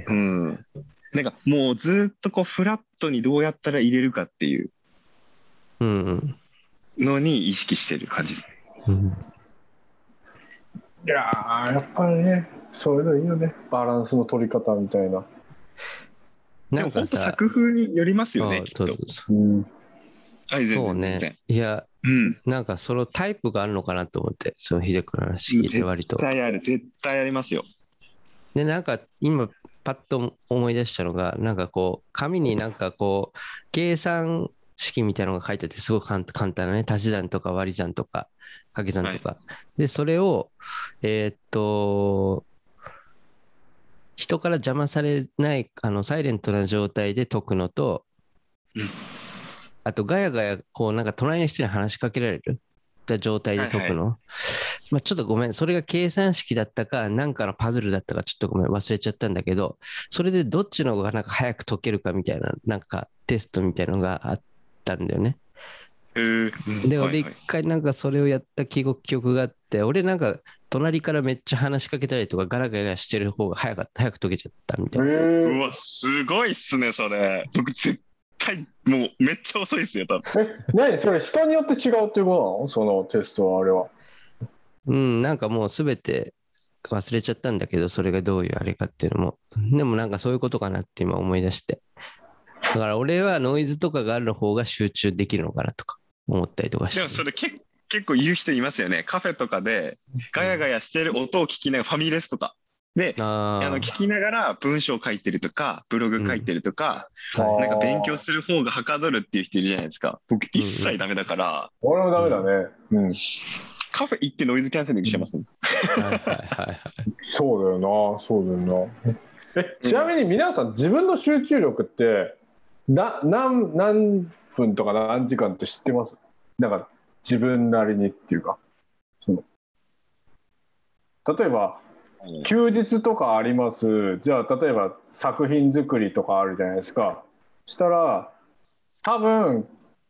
うん。なんかもうずっとこうフラットにどうやったら入れるかっていう
うん
のに意識してる感じですね。
うん。
いやー、やっぱりね、そういうのいいよね。バランスの取り方みたいな。
でも本当作風によりますよね、きっと。
うん。
はい、全
そう
然全然。
ね。いや、
うん。
なんかそのタイプがあるのかなと思って、その秀君の話聞いて割と。
絶対ありますよ。
で、なんか今パッと思い出したのが、なんかこう、紙になんかこう、計算式みたいなのが書いてあって、すごく簡単なね、足し算とか割り算とか掛け算とか。で、それを、人から邪魔されない、サイレントな状態で解くのと、あと、ガヤガヤ、こう、なんか隣の人に話しかけられる状態で解くの。まあ、ちょっとごめん、それが計算式だったか、なんかのパズルだったか、ちょっとごめん、忘れちゃったんだけど、それでどっちの方がなんか早く解けるかみたいな、なんかテストみたいなのがあったんだよね。で、俺一回なんかそれをやった記憶があって、俺なんか隣からめっちゃ話しかけたりとかガラガラしてる方が早く解けちゃったみたいな。
うわ、すごいっすね、それ。僕絶対もうめっちゃ遅いっすよ、多分。
何それ人によって違うっていうことなの？そのテストはあれは。
うん、なんかもうすべて忘れちゃったんだけど、それがどういうあれかっていうのも。でもなんかそういうことかなって今思い出して。だから俺はノイズとかがある方が集中できるのかなとか思ったりとかして。
でもそれ結構言う人いますよね。カフェとかでガヤガヤしてる音を聞きながら、ファミレスとか。で、聞きながら文章書いてるとか、ブログ書いてるとか、なんか勉強する方がはかどるっていう人いるじゃないですか。僕一切ダメだから。
俺もダメだね。うん。
カフェ行ってノイズキャンセリングしてますね。
そうだよな、そうだよな。ちなみに皆さん自分の集中力って何分とか何時間って知ってます？だから自分なりにっていうか、例えば休日とかあります。じゃあ例えば作品作りとかあるじゃないですか。したら多分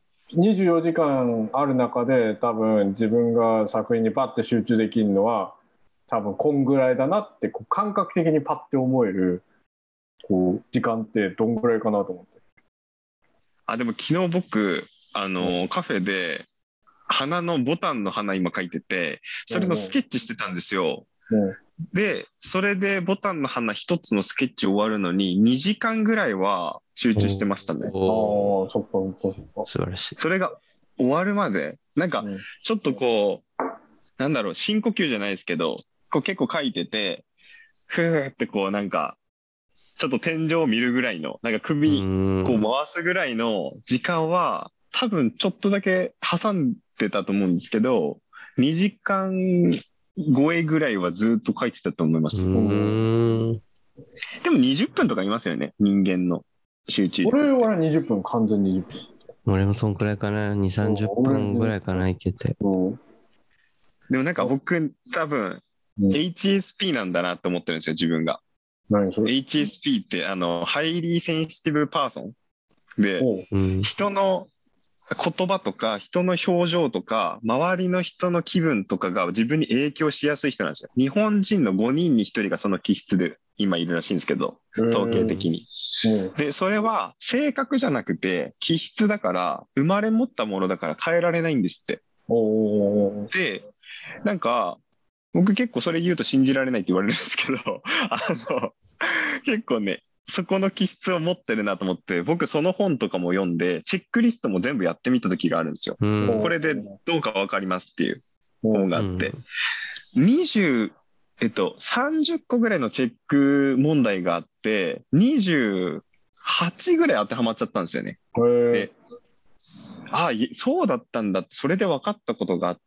24時間ある中で多分自分が作品にパッて集中できるのは多分こんぐらいだなってこう感覚的にパッて思えるこう時間ってどんぐらいかなと思って。
でも昨日僕カフェで花のボタンの花今描いてて、それのスケッチしてたんですよ。でそれでボタンの花一つのスケッチ終わるのに2時間ぐらいは集中してましたね。
そっかそっか。
素晴らしい。
それが終わるまでなんかちょっとこう、なんだろう、深呼吸じゃないですけど、こう結構書いててふーってこうなんかちょっと天井を見るぐらいの、なんか首こう回すぐらいの時間は多分ちょっとだけ挟んでたと思うんですけど、2時間超えぐらいはずっと書いてたと思います。でも20分とかいますよね、人間の集中力。
俺は20分、完全に20分。
俺もそんくらいかな、2、30分ぐらいかな、いけて。
でもなんか僕多分 HSP なんだなと思ってるんですよ、自分が。
何それ？
HSP ってハイリーセンシティブパーソンで、人の言葉とか人の表情とか周りの人の気分とかが自分に影響しやすい人なんですよ。日本人の5人に1人がその気質で今いるらしいんですけど、統計的に。でそれは性格じゃなくて気質だから、生まれ持ったものだから変えられないんですって。でなんか僕結構それ言うと信じられないって言われるんですけど結構ねそこの気質を持ってるなと思って、僕その本とかも読んでチェックリストも全部やってみた時があるんですよ。これでどうか分かりますっていう本があって、30個ぐらいのチェック問題があって28ぐらい当てはまっちゃったんですよね。でそうだったんだって、それで分かったことがあって、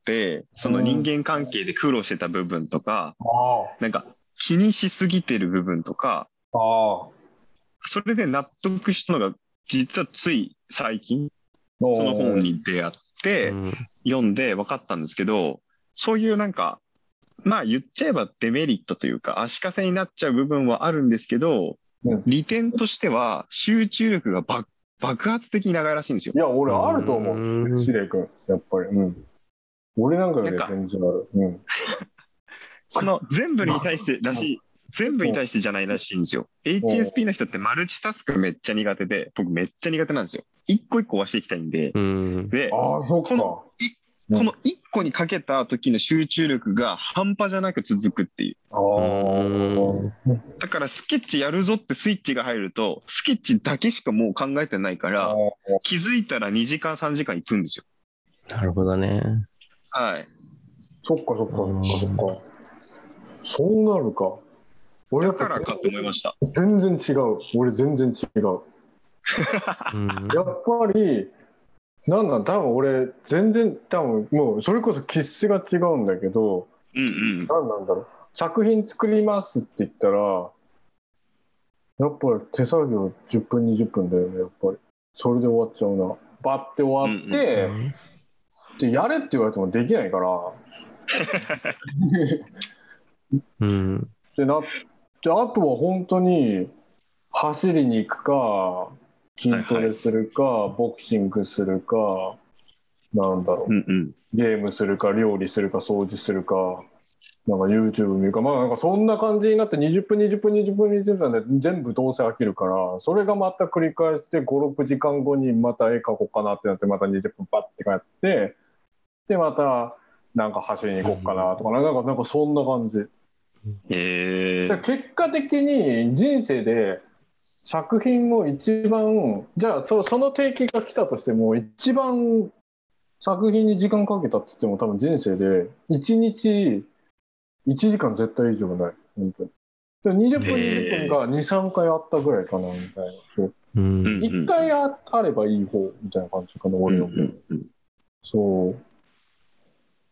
その人間関係で苦労してた部分とか、なんか気にしすぎてる部分とか、それで納得したのが実はつい最近その本に出会って読んで分かったんですけど、そういうなんかまあ言っちゃえばデメリットというか足かせになっちゃう部分はあるんですけど、利点としては集中力が爆発的に長いらしいんですよ。
いや俺あると思う、シレ君やっぱり。俺なんかより全然ある。
全部に対して全部に対してじゃないらしいんですよ。HSP の人ってマルチタスクめっちゃ苦手で、僕めっちゃ苦手なんですよ。一個一個はしていきたいんで。で、この一個にかけた時の集中力が半端じゃなく続くっていう。だからスケッチやるぞってスイッチが入ると、スケッチだけしかもう考えてないから、気づいたら2時間3時間いくんですよ。
なるほどね。
はい。
そっか。そうなるか。俺
だからかと思いました。
全然違う。俺全然違う。やっぱり多分俺全然もうそれこそ気質が違うんだけど、何なんだろう、作品作りますって言ったらやっぱり手作業10分20分だよね。やっぱりそれで終わっちゃうな。バッて終わって、でやれって言われてもできないからであとは本当に走りに行くか筋トレするか、ボクシングするか、なんだろう、ゲームするか料理するか掃除するか、なんか YouTube 見るか、なんかそんな感じになって20分で全部どうせ飽きるから、それがまた繰り返して5、6時間後にまた絵描こうかなってなってまた20分パッて帰って、でまたなんか走りに行こうかなとか、なんかそんな感じ。結果的に人生で作品を一番、じゃあその定期が来たとしても一番作品に時間かけたって言っても多分人生で1日1時間絶対以上ない。本当に。20分20分が2、3回あったぐらいかなみたいな。1回あればいい方みたいな感じかな、俺の。そう。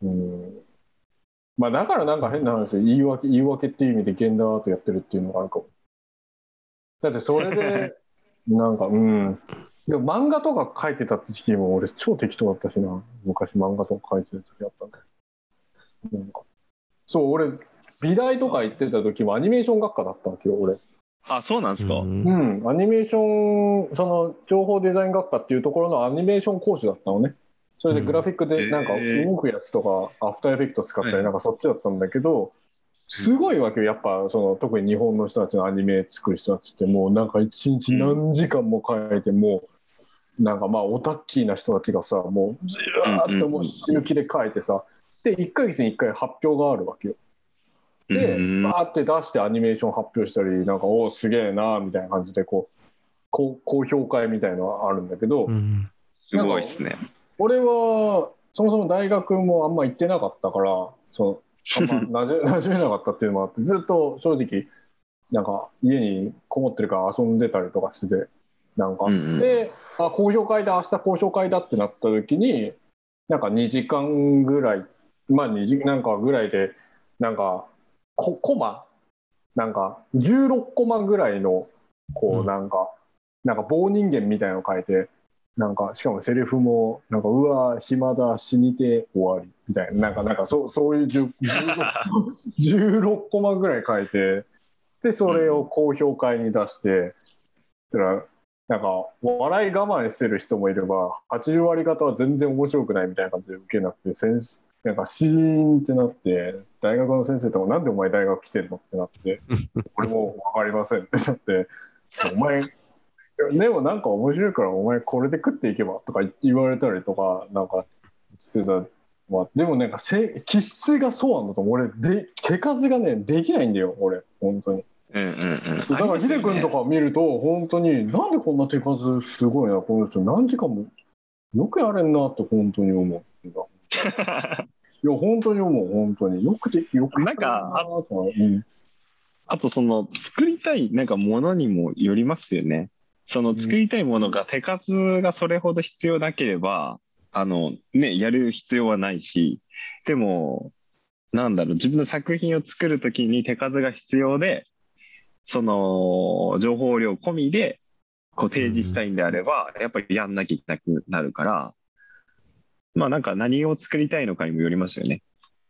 だからなんか変な話、言い訳っていう意味で現代アートやってるっていうのがあるかも。だってそれでなんかでも漫画とか描いてた時期も俺超適当だったしな。昔漫画とか描いてた時あったんだけど、なんかそう俺美大とか行ってた時もアニメーション学科だったわけよ俺。
あ、そうなんですか。
アニメーション、その情報デザイン学科っていうところのアニメーション講師だったのね。それでグラフィックでなんか動くやつとかアフターエフェクト使ったりなんかそっちだったんだけど、すごいわけよ。やっぱその特に日本の人たちのアニメ作る人たちってもうなんか一日何時間も書いて、もうなんかオタッキーな人たちがさ、もうずーっともう死ぬ気で書いてさ、で1ヶ月に1回発表があるわけよ。でバーって出してアニメーション発表したり、なんかおすげえなみたいな感じで高評会みたいなのがあるんだけど、
すごいっすね。
俺はそもそも大学もあんま行ってなかったから、あんま馴染めなかったっていうのもあって、ずっと正直なんか家にこもってるから遊んでたりとかしてて、なんか、で公表会だ、明日公表会だってなった時になんか2時間ぐらい2時なんかぐらいでなんかコマなんか16コマぐらいのなんか棒人間みたいなの書いて、なんかしかもセリフもなんかうわ暇だ死にて終わりみたいな、なんかそういう16コマぐらい書いて、でそれを公表会に出して、なんか笑い我慢してる人もいれば80割方は全然面白くないみたいな感じで受けなくて、なんかシーンってなって、大学の先生ともなんでお前大学来てるのってなって、俺も分かりませんってなって、お前でもなんか面白いからお前これで食っていけばとか言われたりとかなんかしてた。でもなんか気質がそうなんだと思う。俺手数がねできないんだよ俺本当に。だからヒデ君とか見ると本当になんでこんな手数すごいなこの人、何時間もよくやれんなって本当に思う。いや本当に思う、本当によく
なんかあとその作りたいなんかものにもよりますよね。その作りたいものが手数がそれほど必要なければやる必要はないし、でもなんだろう、自分の作品を作るときに手数が必要で、その情報量込みで提示したいんであれば、やっぱりやんなきゃいけなくなるから、なんか何を作りたいのかにもよりますよね。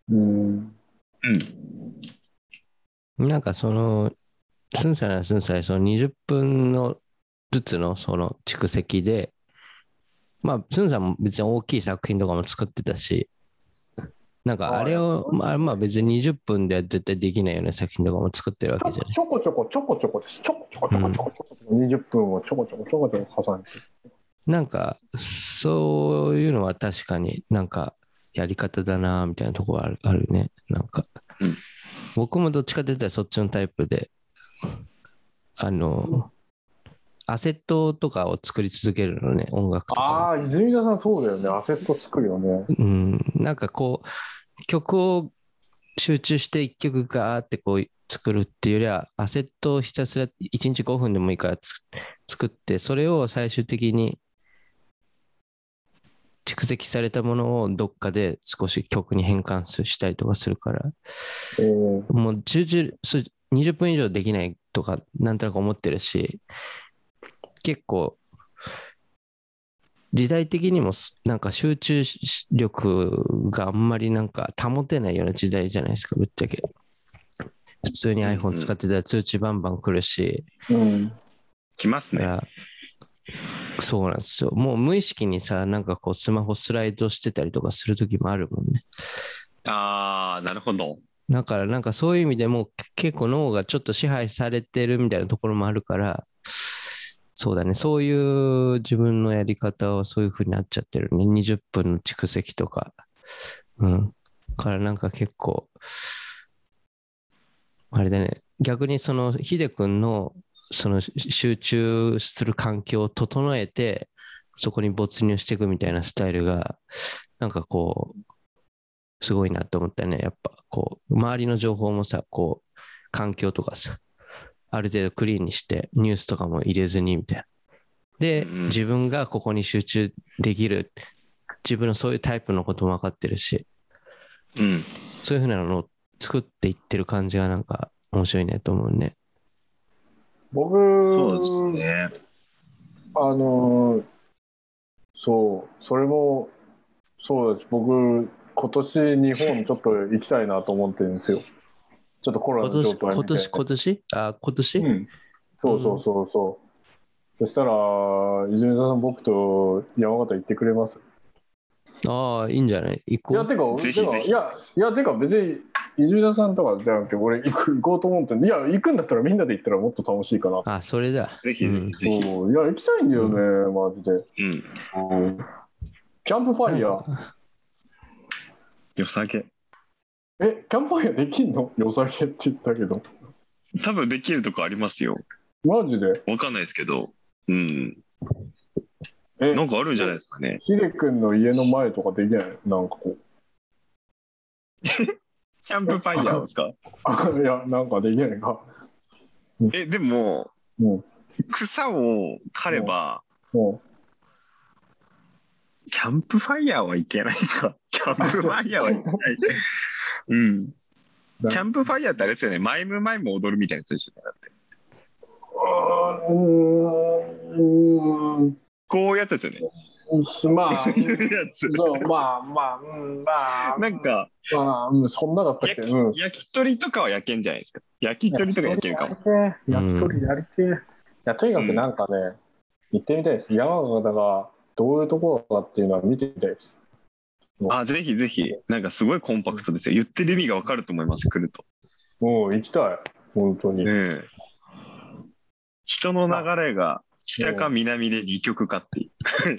なんかそのスンサイその20分のずつのその蓄積で、スンさんも別に大きい作品とかも作ってたし、 なんかあれを、まあ別に20分では絶対できないような作品とかも作ってるわけじゃない。
ちょこちょこです。ちょこちょこ20分をちょこちょこ挟んで。
なんかそういうのは確かになんかやり方だなみたいなところあるね。なんか、僕もどっちかというとそっちのタイプで、アセットとかを作り続けるのね、音楽とか。
ああ、泉田さんそうだよね。アセット作るよね。
なんかこう、曲を集中して一曲ガーってこう作るっていうよりは、アセットをひたすら1日5分でもいいから作って、それを最終的に蓄積されたものをどっかで少し曲に変換したりとかするから、もう20分以上できないとかなんとなく思ってるし、結構時代的にもなんか集中力があんまりなんか保てないような時代じゃないですか、ぶっちゃけ。普通に iPhone 使ってたら通知バンバン来るし、
来ますね。
そうなんですよ。もう無意識にさ、なんかこうスマホスライドしてたりとかする時もあるもんね。
ああ、なるほど。
だからなんかそういう意味でも結構脳がちょっと支配されてるみたいなところもあるから、そうだね、そういう自分のやり方はそういう風になっちゃってるね。20分の蓄積とか。からなんか結構、あれだね、逆にそのヒデ君のその集中する環境を整えて、そこに没入していくみたいなスタイルが、なんかこう、すごいなと思ったね。やっぱこう、周りの情報もさ、こう、環境とかさ、ある程度クリーンにして、ニュースとかも入れずにみたいな。で、自分がここに集中できる、自分のそういうタイプのことも分かってるし、そういうふうなのを作っていってる感じがなんか面白いねと思うね。
僕、
そうですね。
そう、それもそうです。僕、今年日本ちょっと行きたいなと思ってるんですよ。ちょっとコロナの状態見て。
今年
そうそうそうそう。そしたら、泉田さん、僕と山形行ってくれます？
ああ、いいんじゃない？行こう。
ぜひぜひ。
いや、てか別に、泉田さんとかじゃなくて、俺行こうと思ってんで、いや、行くんだったらみんなで行ったらもっと楽しいかな。
あ、それだ。
ぜひぜひぜひ。
そう、いや、行きたいんだよね、マジで。キャンプファイヤー。
良さげ。
キャンプファイヤーできんの？良さげって言ったけど。
多分できるとこありますよ。
マジで？
わかんないですけど。なんかあるんじゃないですかね。
ヒデ君の家の前とかできない？なんかこう。
キャンプファイヤーですか？
いや、なんかできないか。
でも、草を刈れば、キャンプファイヤーはいけないか。キャンプファイヤーはいけない。キャンプファイヤーってあれですよね。マイム踊るみたいなやつですよね。だって。こういうやつですよね。
まあ、
なんか、
そんなだったっけ？
焼き鳥とかは焼けんじゃないですか。焼き鳥とか焼けるかも。
焼き鳥やりてえ。いや、とにかくなんかね、行ってみたいです。山形がどういうところかっていうのは見てみたいです。
ぜひぜひ。なんかすごいコンパクトですよ。言ってる意味がわかると思います、来ると。
行きたい。本当に。
人の流れが北か南で二極かっていう。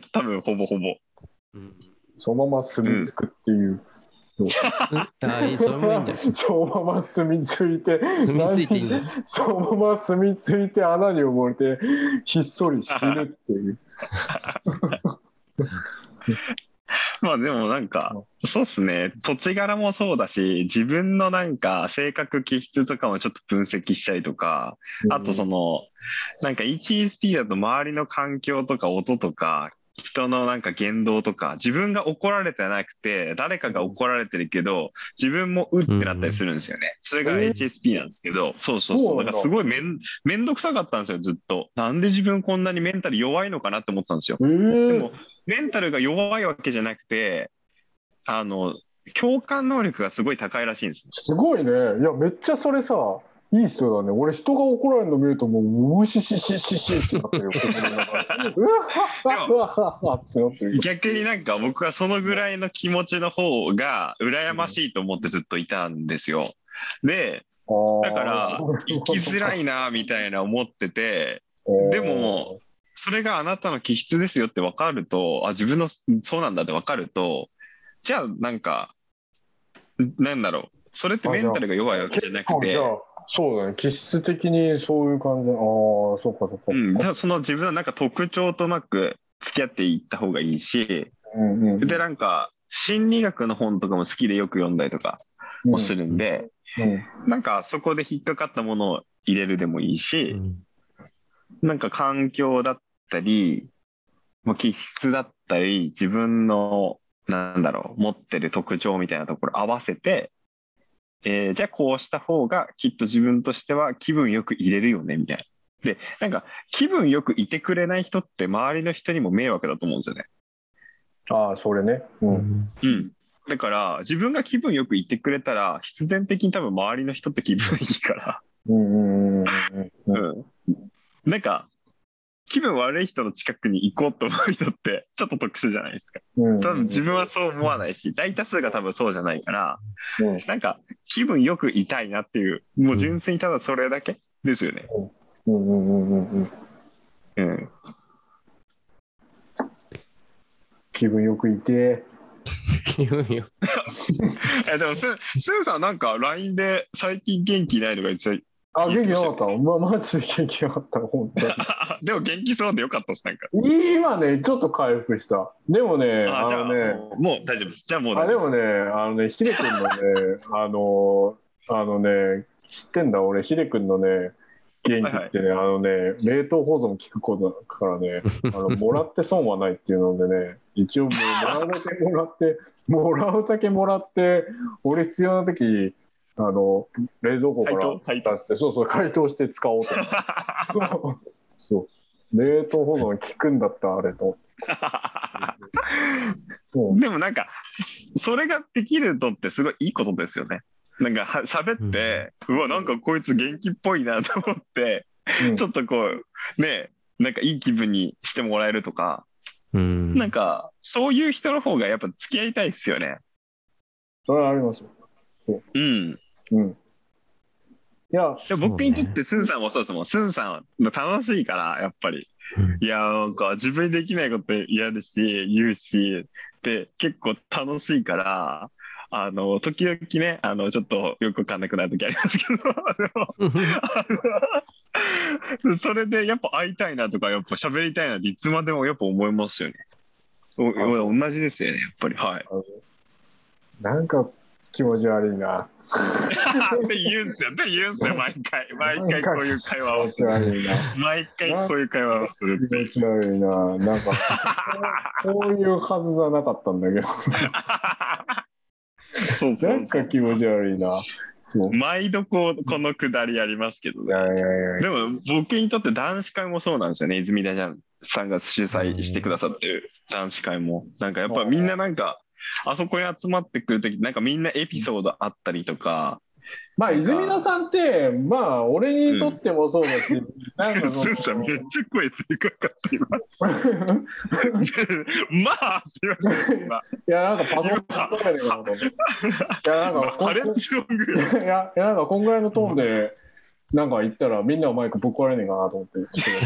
多分ほぼほぼ。
そのまま住み着くっていう。
それもいいんだよ。
そのまま住み着いて、
いいんだよ。
そのまま住み着いて穴に埋もれてひっそり死ぬっていう。
まあでもなんか、そうっすね。土地柄もそうだし、自分のなんか性格気質とかもちょっと分析したりとか、あとなんか 1ESP だと周りの環境とか音とか、人のなんか言動とか、自分が怒られてなくて、誰かが怒られてるけど、自分もうってなったりするんですよね。それが HSP なんですけど、そう。だからすごいめんどくさかったんですよ、ずっと。なんで自分こんなにメンタル弱いのかなって思ってたんですよ。でも、メンタルが弱いわけじゃなくて、共感能力がすごい高いらしいんです。
すごいね。いや、めっちゃそれさ、 いい人だね。俺人が怒られるの見るともううしししししってなってるよ。うわはってなってる。
逆になんか僕はそのぐらいの気持ちの方が羨ましいと思ってずっといたんですよ。で、だから生きづらいなみたいな思ってて、でもそれがあなたの気質ですよって分かると、自分のそうなんだって分かると、じゃあなんかなんだろう、それってメンタルが弱いわけじゃなくて、
そうだね、気質的にそういう感じ。そうかそうか。
じゃあその自分のなんか特徴とうまく付き合っていった方がいいし、でなんか心理学の本とかも好きでよく読んだりとかもするんで、なんかそこで引っかかったものを入れるでもいいし、なんか環境だったり、気質だったり、自分のなんだろう、持ってる特徴みたいなところ合わせて、じゃあこうした方がきっと自分としては気分よく入れるよねみたいな。で、なんか気分よくいてくれない人って周りの人にも迷惑だと思うんですよね。
それね。
だから自分が気分よくいてくれたら必然的に多分周りの人って気分いいから。なんか気分悪い人の近くに行こうと思う人ってちょっと特殊じゃないですか。多分自分はそう思わないし、大多数が多分そうじゃないから、なんか気分よくいたいなっていう、もう純粋にただそれだけですよね。
気分よくいて。
気分よ。
でもスーさんなんか LINE で最近元気ないとか言ってた。
元気なかった。マジで元気なかった、本当に。
でも元気そうでよかったです、なんか。
今ね、ちょっと回復した。でもね、
もう大丈夫です。じゃあもう大丈夫です。
でもね、ヒデ君のね、知ってんだ、俺、ヒデ君のね、元気ってね、冷凍保存効くことだからね、もらって損はないっていうのでね、一応もうもらうだけもらって、俺必要な時冷蔵庫から出して、解凍して使おうと。そう、冷凍保存効くんだったあれと。
でもなんかそれができるのってすごいいいことですよね。なんか喋って、うわなんかこいつ元気っぽいなと思って、ちょっとこうね、なんかいい気分にしてもらえるとか、なんかそういう人の方がやっぱ付き合いたいですよね。
それはありますよ。いや、
僕にとってスンさんもそうですもん。スンさん楽しいからやっぱり、いやなんか自分にできないことやるし言うしで結構楽しいから、時々ねちょっとよくわかんなくなる時ありますけどそれでやっぱ会いたいなとかやっぱ喋りたいなっていつまでもやっぱ思いますよね。同じですよねやっぱり。はい。
なんか気持ち悪いな。
って言うんですよ。毎回こういう会話をする。毎回こういう会話をする。
気持ち悪いな。なんかこういうはずじゃなかったんだけど。なんか気持ち悪いな。
毎度このくだりありますけどね。でも僕にとって男子会もそうなんですよね。泉田さんが主催してくださってる男子会も。なんかやっぱみんななんかあそこに集まってくるときなんかみんなエピソードあったりとか。
泉田さんって俺にとってもそうだし、
なんかスーさんめっちゃ声でかかっています。まあって言いました今。
いやなんかパソコンとかでかなと思って。いやなんか
破裂音ぐらい。
いやなんかこんぐらいのトーンでなんか言ったらみんなのマイクぶっ壊れねえかなと思って。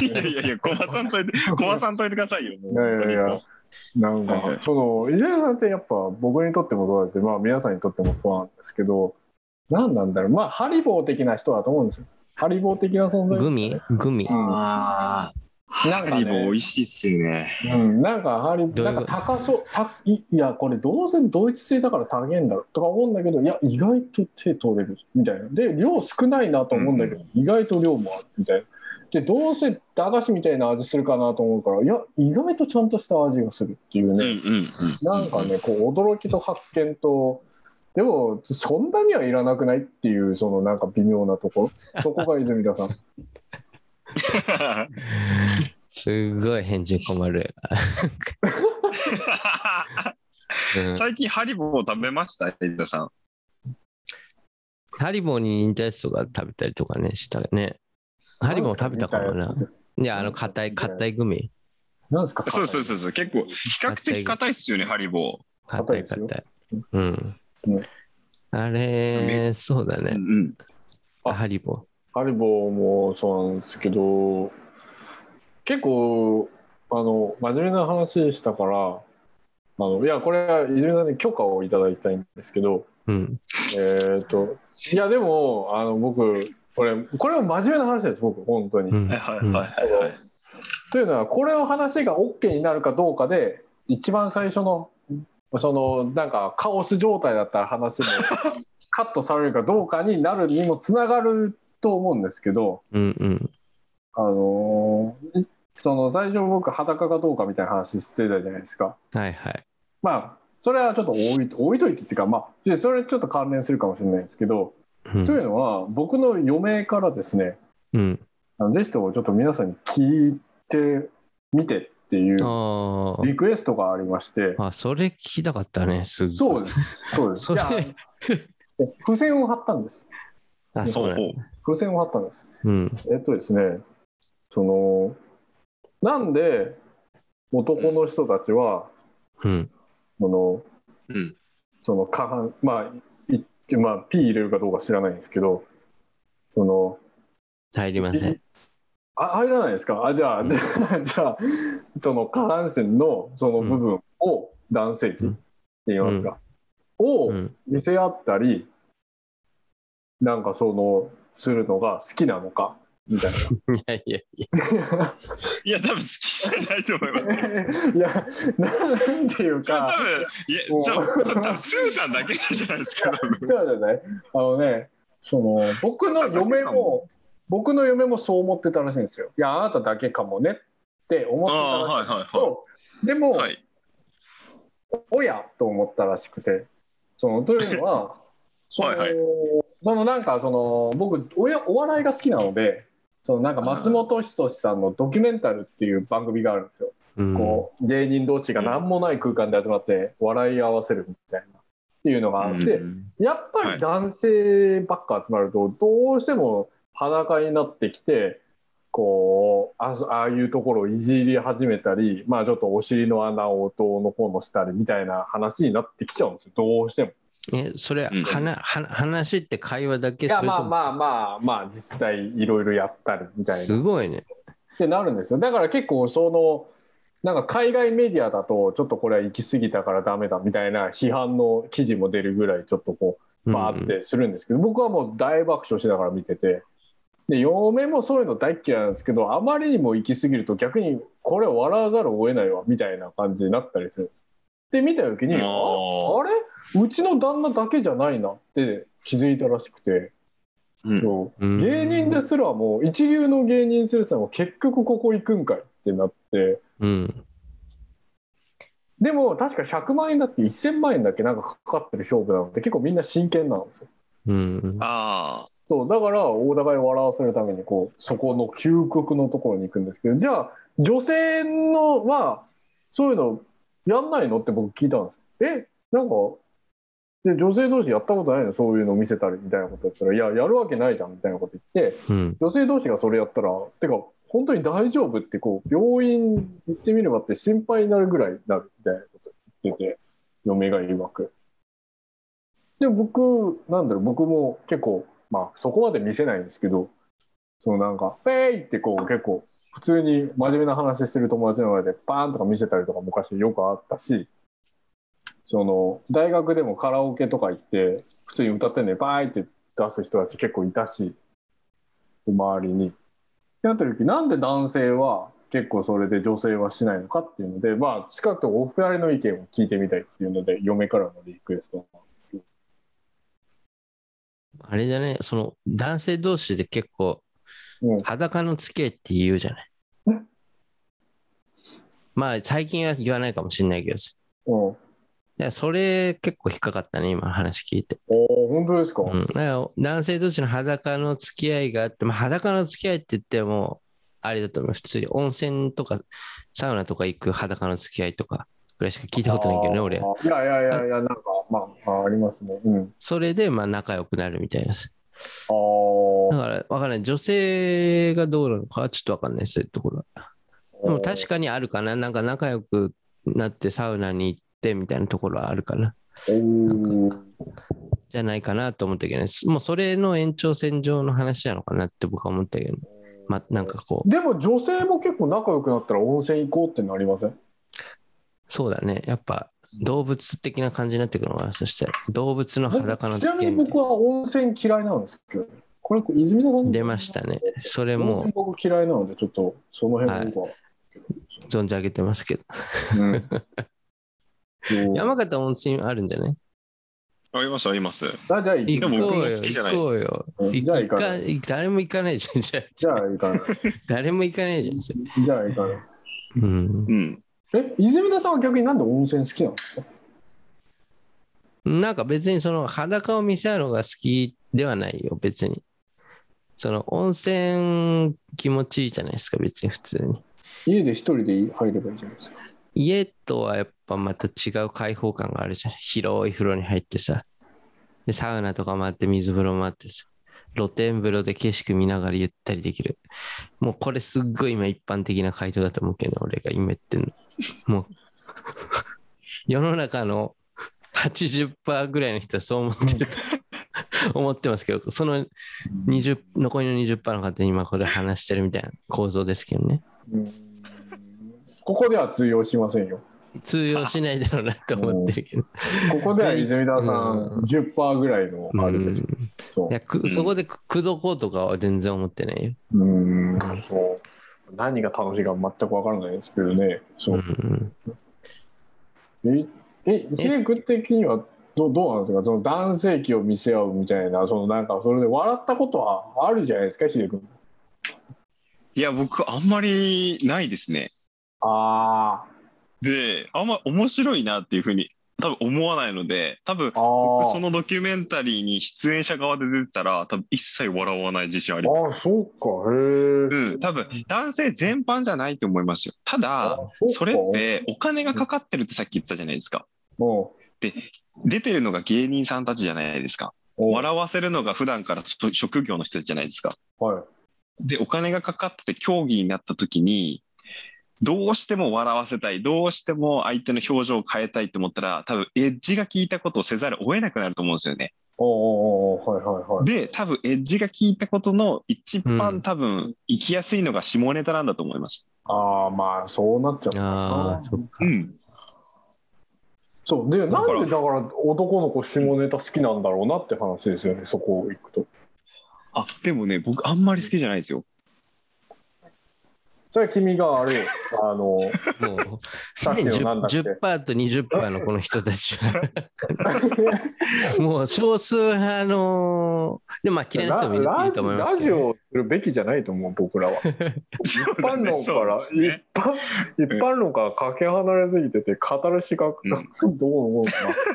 いやコマさんといてくださいよ。
いやなんか泉田さんってやっぱ僕にとってもそうだし、皆さんにとってもそうなんですけど。何なんだろう、ハリボー的な人だと思うんですよ。ハリボー的な存在、
ね。グミ。
ハリボー美味しいっすよね。
なんか高そういやこれどうせドイツ製だから高いんだろうとか思うんだけど、いや意外と手取れるみたいな。で量少ないなと思うんだけど、意外と量もあるみたいな。でどうせ駄菓子みたいな味するかなと思うから、いや意外とちゃんとした味がするっていうね。なんかねこう驚きと発見と。でもそんなにはいらなくないっていうそのなんか微妙なところ、そこが泉田さん。
すごい返事困る。
最近ハリボー食べました泉田さん。
ハリボーに似たやつとか食べたりとかね、したね。ハリボー食べたかもな。いや、硬いグミ。
なんですか？
そう。結構、比較的硬いっすよね、ハリボー。
硬い。うん。あれ、そうだね。ハリボー。
ハリボーもそうなんですけど、結構、真面目な話したから、いや、これはいろいろな許可をいただきたいんですけど、いや、でも、僕、これも真面目な話です、僕、本当に。というのは、これの話が OK になるかどうかで、一番最初の、なんかカオス状態だった話もカットされるかどうかになるにもつながると思うんですけど、最初僕裸かどうかみたいな話してたじゃないですか。
はいはい。
まあそれはちょっと置いといてっていうか、まあそれちょっと関連するかもしれないですけど、というのは僕の嫁からですね、ぜひともちょっと皆さんに聞いてみてっていうリクエストがありまして。
それ聞きたかったね。す
ごい。そうです。いや、付箋を貼ったんです。
そうなんだ。
付箋を貼ったんです。ですね、なんで男の人たちは、下半、まあ P 入れるかどうか知らないんですけど、
入りません。
入らないですか？じゃあその下半身のその部分を男性器って言いますか、を見せ合ったり、なんかするのが好きなのかみたいな。
いや多分好きじゃないと思います。
いや、なんていうか、
多分スーさんだけじゃないですか。
そうだね。僕の嫁もそう思ってたらしいんですよ。いや、あなただけかもねって思ってたらしいんですけど、でも、おやと思ったらしくて、というのは僕お笑いが好きなので、なんか松本人志さんのドキュメンタルっていう番組があるんですよ。芸人同士が何もない空間で集まって笑い合わせるみたいなっていうのがあって、やっぱり男性ばっか集まるとどうしても裸になってきて、ああいうところをいじり始めたり、まあちょっとお尻の穴をどうのこうのしたりみたいな話になってきちゃうんですよ、どうしても。
それ話って会話だけ？
いや、まあ実際いろいろやったりみたいな。
すごいね。
ってなるんですよ。だから結構なんか海外メディアだとちょっとこれは行き過ぎたからダメだみたいな批判の記事も出るぐらいちょっとバーってするんですけど、僕はもう大爆笑しながら見てて、で嫁もそういうの大嫌いなんですけど、あまりにも行き過ぎると逆にこれ笑わざるを得ないわみたいな感じになったりする。で見た時にあれうちの旦那だけじゃないなって気づいたらしくて、芸人ですらも一流の芸人すらも結局ここ行くんかいってなって、でも確か100万円だって1000万円だっけなんかかかってる勝負なので結構みんな真剣なんですよ。そうだからお互い笑わせるためにそこの究極のところに行くんですけど、じゃあ女性のはそういうのやんないのって僕聞いたんです。なんかで女性同士やったことないのそういうの見せたりみたいなことやったら、いややるわけないじゃんみたいなこと言って、女性同士がそれやったらてか本当に大丈夫って病院行ってみればって心配になるぐらいになるみたいなこと言ってて、嫁が曰く。で僕も結構そこまで見せないんですけど、なんか「ペイ!」って結構普通に真面目な話してる友達の前でパーンとか見せたりとか昔よくあったし、大学でもカラオケとか行って普通に歌ってんでバーイって出す人たち結構いたし、周りに。ってなった時なんで男性は結構それで女性はしないのかっていうので、近くとお二人の意見を聞いてみたいっていうので嫁からのリクエスト。
あれじゃね、男性同士で結構裸の付き合いって言うじゃない。まあ最近は言わないかもしれないけど、いやそれ結構引っかかったね、今話聞いて。
本当ですか？
だから男性同士の裸の付き合いがあって、裸の付き合いって言ってもあれだと思う。普通に温泉とかサウナとか行く裸の付き合いとかぐらいしか聞いたことないけどね、俺。
いや、なんか、まあ、ありますね。うん。
それで、まあ、仲良くなるみたいな。だ
あ
から、わかんない。女性がどうなのかはちょっとわかんない、そういうところは。でも確かにあるかな。なんか仲良くなってサウナに行ってみたいなところはあるかな。じゃないかなと思ったけどね。もうそれの延長線上の話なのかなって僕は思ったけど、まあ、なんかこう。
でも女性も結構仲良くなったら温泉行こうってなりません？
そうだね。やっぱ動物的な感じになってくるのかな。そして動物の裸の
ちなみに僕は温泉嫌いなんですけど、これ泉田さん
出ましたね。それも
温泉僕嫌いなので、ちょっとその辺僕は、
存じ上げてますけど。山形温泉あるんじゃない？
あります、あります。
じゃあ
行こうよ、
僕も好きじゃないです。
行こうよ。
じゃあ行かない。
誰も行かないじゃん。じゃ
あ行かない。
誰も行かないじゃん。
じゃあ行かない。
うん。
泉田さんは逆になんで温泉好きなんですか？
なんか別にその裸を見せるのが好きではないよ、別に。その温泉気持ちいいじゃないですか、別に普通に。
家で一人で入ればいいじゃないですか。
家とはやっぱまた違う開放感があるじゃん。広い風呂に入ってさ。で、サウナとかもあって、水風呂もあってさ。露天風呂で景色見ながらゆったりできる。もうこれすっごい今一般的な回答だと思うけど、俺が今言ってんの。もう、世の中の80% ぐらいの人はそう思ってると思ってますけど、その残りの 20% の方に今これ話してるみたいな構造ですけどね。
ここでは通用しませんよ。
通用しないだろうなと思ってるけど。
ここでは泉田さん 10% ぐらいのあれですよ。
そこで口説こうとかは全然思ってないよ。
そう何が楽しいか全く分からないですけどね。そう。ヒデ君的にはどうなんですか？その男性器を見せ合うみたいな、そのなんかそれで笑ったことはあるじゃないですか、ヒデ君。
いや、僕あんまりないですね。で、あんま面白いなっていうふうに多分思わないので、多分僕そのドキュメンタリーに出演者側で出てたら多分一切笑わない自信あります。
そうか。
多分男性全般じゃないと思いますよ。ただそれってお金がかかってるってさっき言ってたじゃないですか。で、出てるのが芸人さんたちじゃないですか。笑わせるのが普段から職業の人たちじゃないですか。で、お金がかかって競技になった時に、どうしても笑わせたい、どうしても相手の表情を変えたいと思ったら、多分エッジが効いたことをせざるを得なくなると思うんですよね。で、多分エッジが効いたことの一番多分生きやすいのが下ネタなんだと思います。
まあそうなっちゃうな。そうで、なんでだから男の子下ネタ好きなんだろうなって話ですよね、そこ行くと。
でもね、僕あんまり好きじゃないですよ。
それは君があれ
もうさっきのなんだっけ 10% と 20% のこの人たちはもう少数派のでもまあ嫌いな人もいると思いますけど、
ラジオをするべきじゃないと思う、僕らは。一般論からかけ離れすぎてて語る資格がどう思うか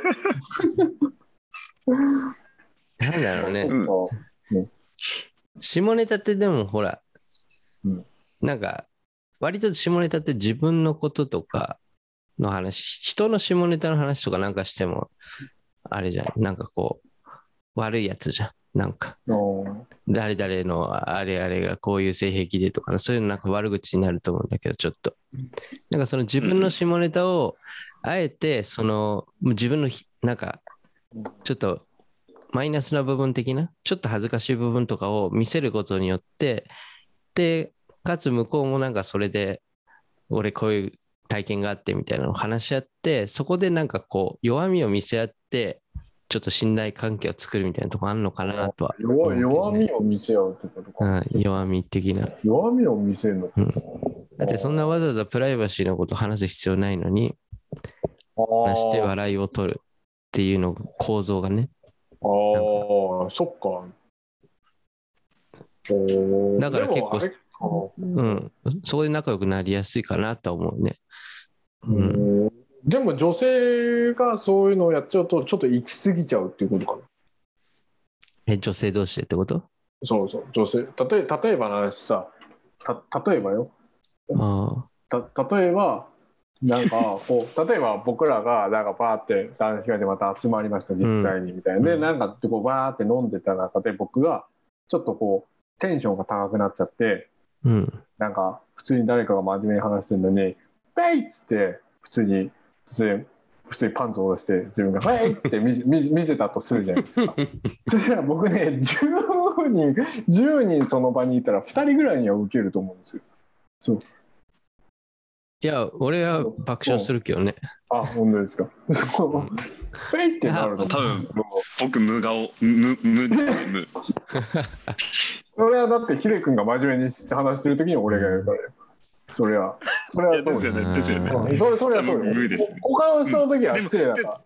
な。なんだろうね。下ネタってでもほら、なんか割と下ネタって自分のこととかの話、人の下ネタの話とかなんかしてもあれじゃん、なんかこう悪いやつじゃん。なんか誰々のあれあれがこういう性癖でとか、そういうのなんか悪口になると思うんだけど、ちょっとなんかその自分の下ネタをあえてその自分のなんかちょっとマイナスな部分的なちょっと恥ずかしい部分とかを見せることによってで、かつ向こうもなんかそれで俺こういう体験があってみたいなのを話し合って、そこでなんかこう弱みを見せ合ってちょっと信頼関係を作るみたいなとこあるのかなとは、ね、
弱みを見せ合うってことか。
弱み的な。
弱みを見せるの、
だってそんなわざわざプライバシーのことを話す必要ないのに話して笑いを取るっていうの構造がね。
そっか。
だから結構そこで仲良くなりやすいかなと思うね。
でも女性がそういうのをやっちゃうとちょっと行き過ぎちゃうっていうことかな。
女性同士でってこと？
そう女性例えばの話さ、例えばよ。例えばなんかこう例えば僕らがなんかバーって男子会でまた集まりました実際にみたいな、でなんかこうバーって飲んでた中で僕がちょっとこうテンションが高くなっちゃって、なんか普通に誰かが真面目に話してるのに「ペイ!」っつって普通にパンツを出して自分が「ペイ!」って見せたとするじゃないですか。そしたら僕ね10人その場にいたら2人ぐらいには受けると思うんですよ。そう。
いや、俺は爆笑するけどね。
あ、本当ですか。そう。ペイってなると
多分僕無ですね、無。
それはだってヒデ君が真面目に話してる時に俺がやるからよ。それはそう
ですよね。
それはそうよ。
無です。
他の人の時は失礼だから。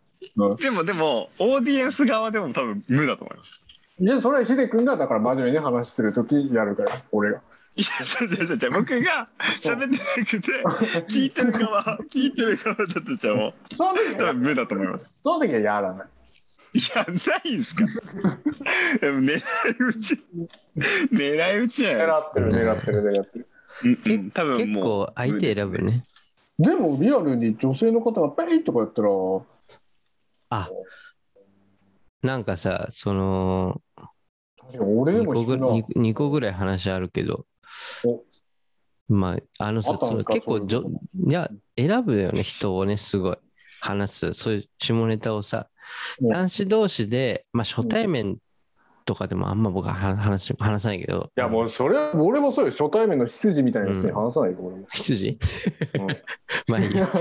でもオーディエンス側でも多分無だと思います。
いや、それはヒデ君がだから真面目に話してる時やるから、俺が。
いや、じゃ僕が喋ってなくて聞いてる側だとしたらもう
その時
多分無だと思います。
その時はやらない。
やんないんすか。でも狙い撃ちじゃない。
狙ってる。
多分
結構相手選ぶね。
でもリアルに女性の方がペイとかやったら、
あ、なんかさ、その
俺でも
2個ぐらい話あるけど、まあさ、結構いや選ぶよね、人をね、すごい話す、そういう下ネタをさ、男子同士で、まあ初対面とかでもあんま僕は話さないけど。
いやもうそれは俺もそうよ、初対面の執事みたいな人に話さないよ、俺も。
執事？まあいいや。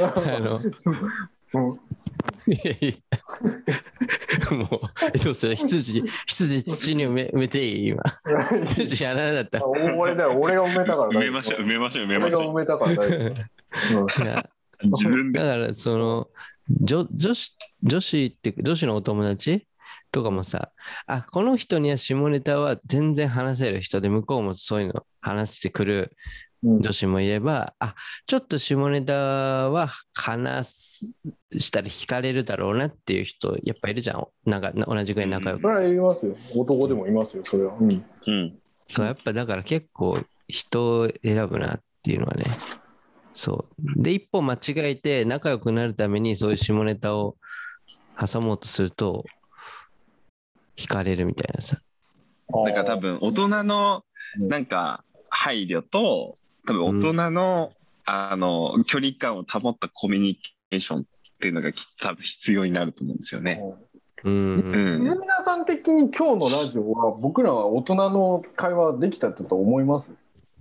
いやいやもうどうする？羊土に埋めていい？今羊穴だったら
俺が埋めたから
埋めましょう。
俺が埋めたから大丈夫。
自分で。
だからその女子のお友達とかもさ、あ、この人には下ネタは全然話せる人で、向こうもそういうの話してくる女子もいれば、あ、ちょっと下ネタは話したら惹かれるだろうなっていう人やっぱいるじゃん。なんか同じぐらい仲良く。
それはいますよ。男でもいますよ、それは。
そう、やっぱだから結構人を選ぶなっていうのはね。そう。で、一歩間違えて仲良くなるためにそういう下ネタを挟もうとすると惹かれるみたいなさ。
なんか多分大人のなんか配慮と、多分大人の、距離感を保ったコミュニケーションっていうのが多分必要になると思うんですよね。
泉田さん的に今日のラジオは僕らは大人の会話できたと思います？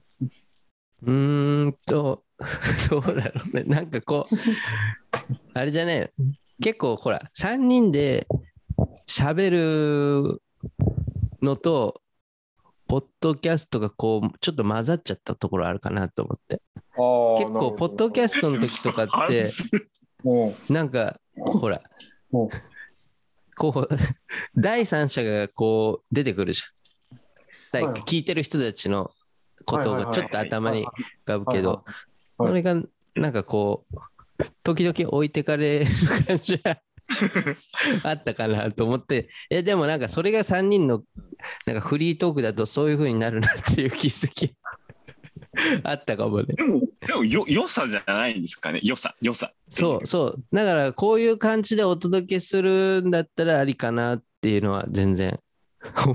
そうだろうね。なんかこうあれじゃねえ、結構ほら3人で喋るのとポッドキャストがこうちょっと混ざっちゃったところあるかなと思って。結構ポッドキャストの時とかってなんかほらこう第三者がこう出てくるじゃん。聞いてる人たちのことがちょっと頭に浮かぶけど、それがなんかこう時々置いてかれる感じがあったかなと思って、でもなんかそれが3人のなんかフリートークだとそういう風になるなっていう気づきあったかもね。
でも良さじゃないんですかね。良さ。
そうだからこういう感じでお届けするんだったらありかなっていうのは全然思った。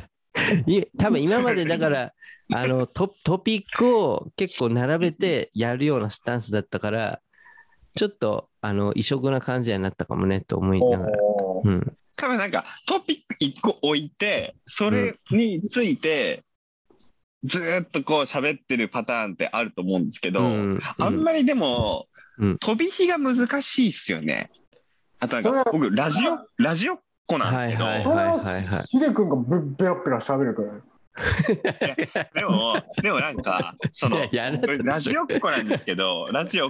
多分今までだからトピックを結構並べてやるようなスタンスだったからちょっと異色な感じになったかもねと思いながら、
多分なんかトピック1個置いてそれについてずっとこう喋ってるパターンってあると思うんですけど、あんまりでも、飛び火が難しいっすよね。あとなんか僕ラジオっ子なんですけど、
ヒデ君がベラベラ喋るから。
でもなんかそのラジオっ子なんですけど、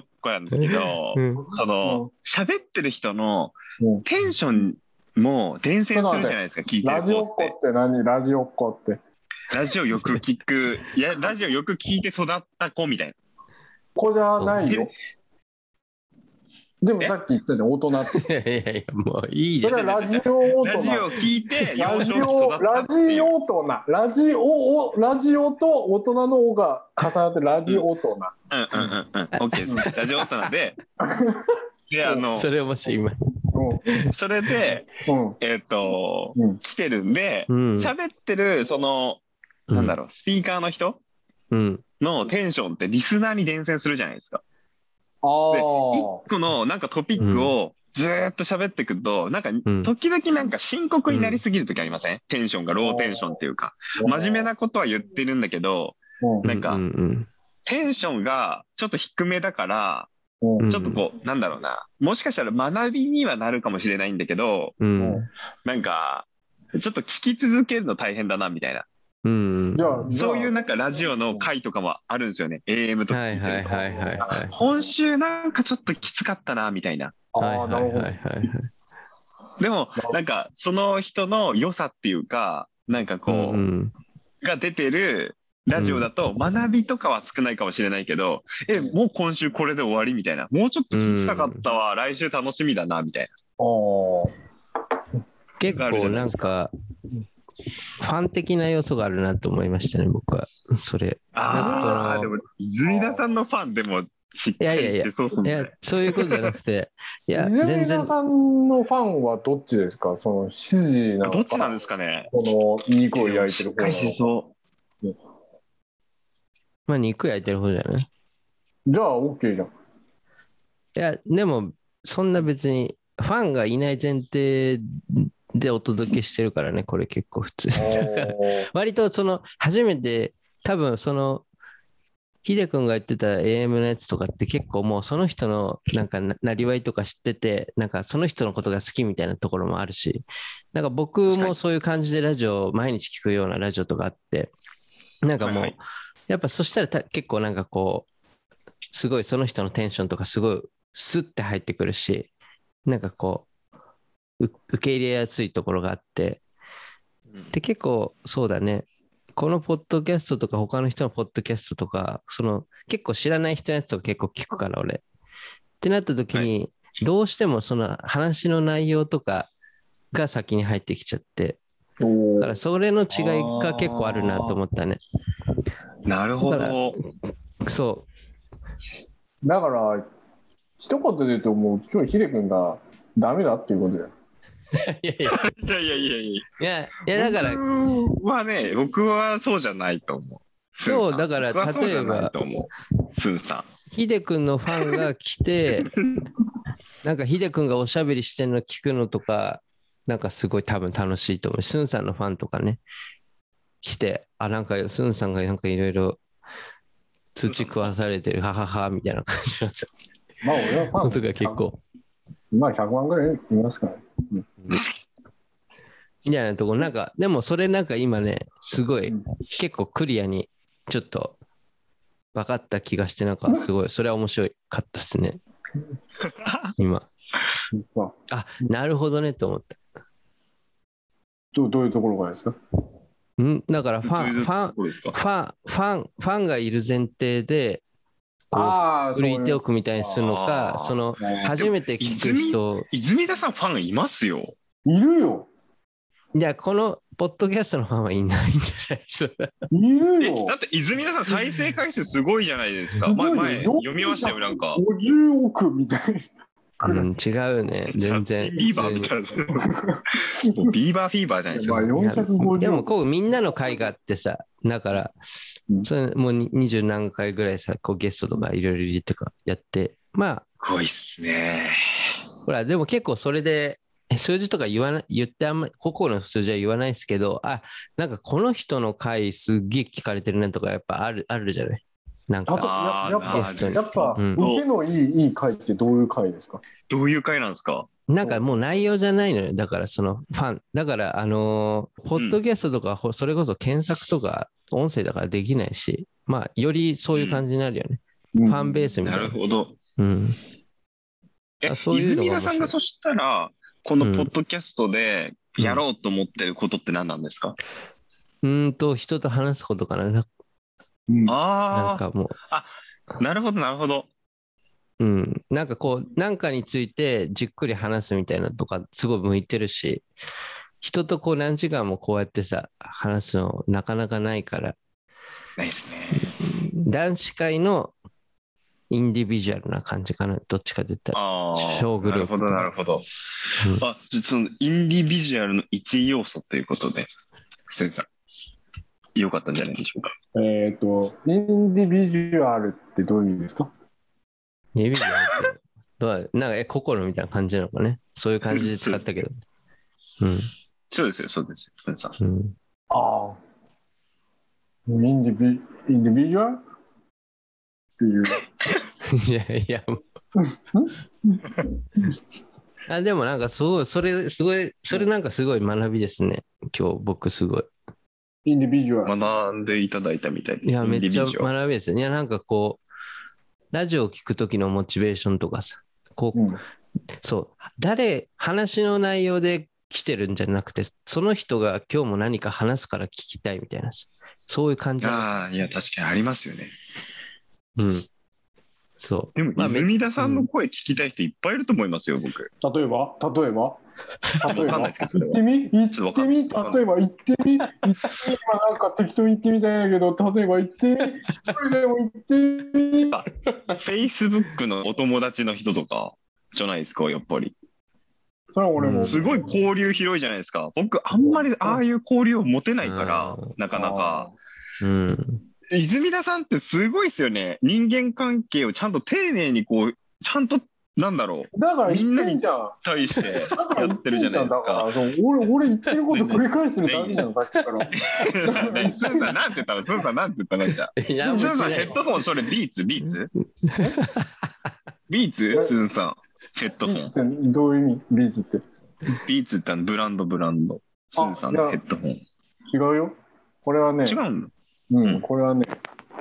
その喋ってる人のテンションも伝染するじゃないですか。聞いてる子って。ラジオっ子って何？ラジオっ子って。ラジオよく聞く、ラジオよく聞いて育った子みたいな。子じゃないよ。
でもさっき言ったように大人って。
いやいや、もういい
それはラジオ大人。
ラジオを聞いて、
ラジオと大人の「お」が重なってラジオ大人。
オッケーです。ラジオ大人で、
それ面白い今。
それで、来てるんで、喋ってる、なんだろう、スピーカーの人のテンションってリスナーに伝染するじゃないですか。で、一個のなんかトピックをずーっと喋ってくると、なんか時々なんか深刻になりすぎる時ありません？テンションがローテンションっていうか、真面目なことは言ってるんだけど、なんかテンションがちょっと低めだから、ちょっとこう、なんだろうな、もしかしたら学びにはなるかもしれないんだけど、なんか、ちょっと聞き続けるの大変だな、みたいな。そういうなんかラジオの回とかもあるんですよね。AM とか聞いてると。今週なんかちょっときつかったな、みたいな。でも、なんかその人の良さっていうか、なんかこう、が出てるラジオだと学びとかは少ないかもしれないけど、もう今週これで終わりみたいな。もうちょっと聞きたかったわ、来週楽しみだな、みたいな。
結構なんか、ファン的な要素があるなと思いましたね、僕は。それ。
でも、泉田さんのファンでもしっかりしてそうですね。
いや、そういうことじゃなくて、
泉田さんのファンはどっちですか？その指示なのか、
どっちなんですかね。
この肉を焼いてる方。
しっかりしてそう。
まあ、肉焼いてる方じゃない？
じゃあ、OK じゃん。
いや、でも、そんな別に、ファンがいない前提でお届けしてるからね、これ結構普通。割と初めて、多分ヒデ君が言ってた AM のやつとかって結構もうその人のなんかなりわいとか知ってて、なんかその人のことが好きみたいなところもあるし、なんか僕もそういう感じでラジオ、毎日聞くようなラジオとかあって、なんかもう、やっぱそしたら結構なんかこう、すごいその人のテンションとかすごいスッて入ってくるし、なんかこう、受け入れやすいところがあって、で結構そうだね、このポッドキャストとか他の人のポッドキャストとか、結構知らない人のやつを結構聞くから俺。ってなった時に、どうしてもその話の内容とかが先に入ってきちゃって、だからそれの違いが結構あるなと思ったね。
なるほど。
そう。
だから一言で言うともう今日ヒデ君がダメだっていうことだよ。
いやだから
僕はそうじゃないと思う。
そうだから例えばヒデ君のファンが来てなんかヒデ君がおしゃべりしてるの聞くのとかなんかすごい多分楽しいと思う。スンさんのファンとかね来てなんかスンさんがなんかいろいろ土食わされてるはははみたいな感じなんですよ。
まあ俺はファン
とか結構
まあ100万ぐらいいますから、
みたいなところなんかでもそれなんか今ねすごい、結構クリアにちょっと分かった気がしてなんかすごいそれは面白かったっすね今なるほどねと思った。
どういうところがですか？
だからファンがいる前提でフリートークみたいにするのか、初めて聞く人。
泉田さんファンいますよ。
いるよ。
いや、このポッドキャストのファンはいないんじゃないですか。
いるよ。
だって泉田さん再生回数すごいじゃないですか。前読みましたよ、なんか。
50億みたいな。
違うね、全然。
ビーバーみたいな。ビーバーフィーバーじゃないですか。
でもこうみんなの会があってさ、だからそれもう20何回ぐらいさ、こうゲストとかいろいろ入れてかやって、まあ。
すごいっすね。
ほら、でも結構それで数字とか言ってあんまり個々の数字は言わないですけど、なんかこの人の回すっげえ聞かれてるねとかやっぱあるじゃない。なんか
やっぱ受けのいい回ってどういう回ですか？
どういう回なんですか？
なんかもう内容じゃないのよ。だからそのファンだからポッドキャストとかそれこそ検索とか音声だからできないし、まあよりそういう感じになるよね。ファンベースみたいな。
なるほど。
そういうの
泉田さんがそしたらこのポッドキャストでやろうと思ってることって何なんですか？
人と話すことかな。なんかもう
なるほどなるほど。
うん。なんかこう、なんかについてじっくり話すみたいなとか、すごい向いてるし、人とこう何時間もこうやってさ、話すのなかなかないから、
ないですね。
男子会のインディビジュアルな感じかな。どっちかって言ったら。小グループ。
なるほど。あ、そのインディビジュアルの一要素ということで、センさん、よかったんじゃないでしょうか。
インディビジュアルってどういう意味ですか？
インディビジュアルってどうなんか心みたいな感じなのかね。そういう感じで使ったけど。うん。
そうですよ、センさん。
ああ。インディビジュアルっていう。
いやあ、でもなんかすごい、それなんかすごい学びですね。今日僕すごい。
インディビジュアル。
学んでいただいたみたいです。
いや、めっちゃ学びですね。いや、なんかこう、ラジオを聞くときのモチベーションとかさ、こう、そう、話の内容で来てるんじゃなくて、その人が今日も何か話すから聞きたいみたいなさ、そういう感じ。
ああ、いや、確かにありますよね。
うん。そう。
でも、泉田さんの声聞きたい人いっぱいいると思いますよ、僕。
例えば
わかんないですけど、
行ってみ例えば行ってみなんか適当に言ってみたいんだけど、例えば行ってみ一人でも行ってみ
Facebook のお友達の人とかじゃないですか、やっぱり。
それは俺も。
すごい交流広いじゃないですか。僕、あんまりああいう交流を持てないから、なかなか。泉田さんってすごいですよね。人間関係をちゃんと丁寧にこう、ちゃんと、なんだろう。
だから
みんなに対してやってるじゃないですか。
俺言ってること繰り返してるだけじゃん、さっきから。
スーさんなんて言ったのじゃあ。スーさんヘッドホン、それビーツビーツスーさん。ヘッドホン。
ビーツってどういう意味？ビーツって。
ビーツってブランド。スーさんのヘッドホン。
違うよ。これはね。
違うんだ。
これはね、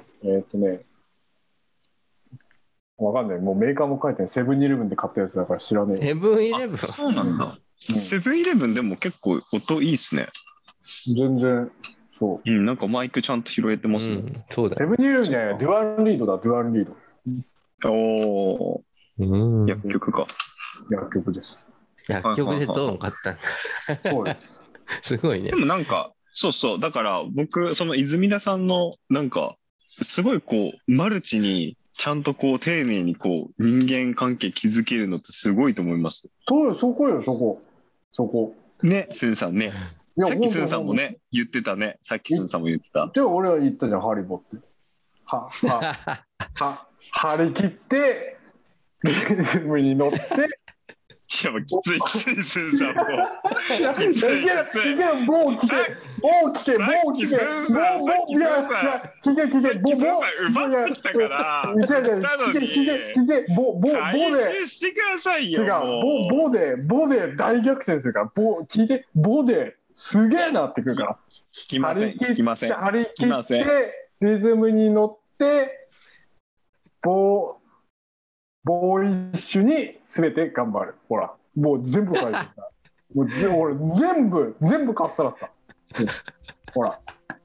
わかんない。もうメーカーも書いてない。セブンイレブンで買ったやつだから知らねえ。
セブンイレブン？
そうなんだ。セブンイレブンでも結構音いいっすね。
全然、そう。
なんかマイクちゃんと拾えてますね。
そうだ。
セブンイレブンじゃない、デュアルリードだ、デュアルリード。
おー。薬局か。
薬局です。
薬局でどう買ったん
だ。そうです。
すごいね。
でもなんか、そうだから僕その泉田さんのなんかすごいこうマルチにちゃんとこう丁寧にこう人間関係築けるのってすごいと思います。
そうよ、そこ
ね、スンさんね。さっきスンさんもね言ってたね。さっきスンさんも言ってた。
で俺は言ったじゃん、ハリボって張り切ってリズムに乗って
いや、もうきつい、スンさんも。
いける、棒聞け、
奪ってきたから、回収してくださいよ。
棒で大逆転するから、聞いて、棒ですげえなってくるから。
聞きません。
張り切って、リズムに乗って、ボーイッシュに全て頑張る。ほら、もう全部書いてさ。もう俺全部かっさらった。ほら。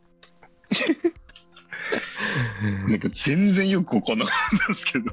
なんか全然よくわかんなかったですけど。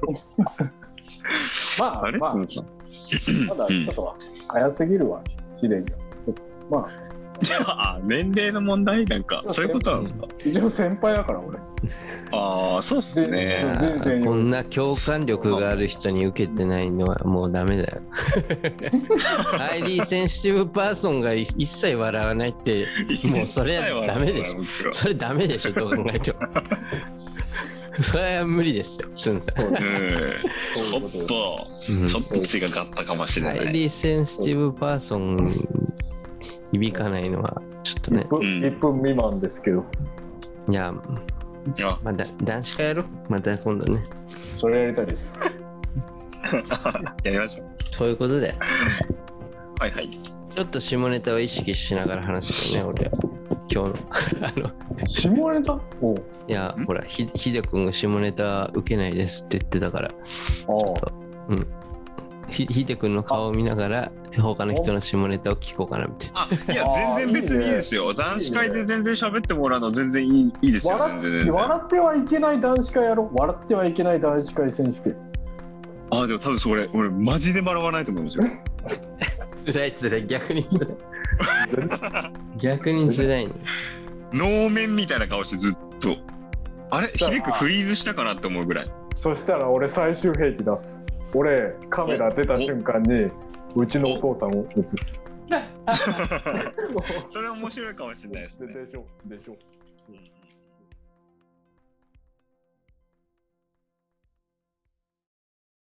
まだちょっと早すぎるわ、試練が。ま
あ、年齢の問題なんか、そういうことなんですか。
一応先輩だから俺。
ああ、そうっすね。
こんな共感力がある人に受けてないのはもうダメだよ。ハイリーセンシティブパーソンが一切笑わないって、もうそれはダメでしょ。それダメでしょ、どう考えても。それは無理ですよ、スンさん。
ちょっと違かったかもしれない。
ハイリーセンシティブパーソン響かないのはちょっとね。
1分未満ですけど。
いや、まだ男子会やろう。また今度ね。
それやりたいです。
やりましょう。
そういうことで。
はいはい。
ちょっと下ネタを意識しながら話すけどね、俺は。今日の
下ネタ？
いや、ほら、ヒデ君が下ネタ受けないですって言ってたから。ヒデ君の顔を見ながら他の人の下ネタを聞こうかなみたいな。
いや全然別にいいですよ。男子会で全然喋ってもらうの全然いいですよ。
笑ってはいけない男子会やろ。笑ってはいけない男子会選手権。
あ、でも多分それ、俺マジで笑わないと思いますよ。
辛い、逆に辛い。逆に辛いね。
能面みたいな顔してずっと。あれ、秀くフリーズしたかなって思うぐらい。
そしたら俺最終兵器出す。俺カメラ出た瞬間にうちのお父さんを映す。
それ面白いかもしれないですね。
でしょ。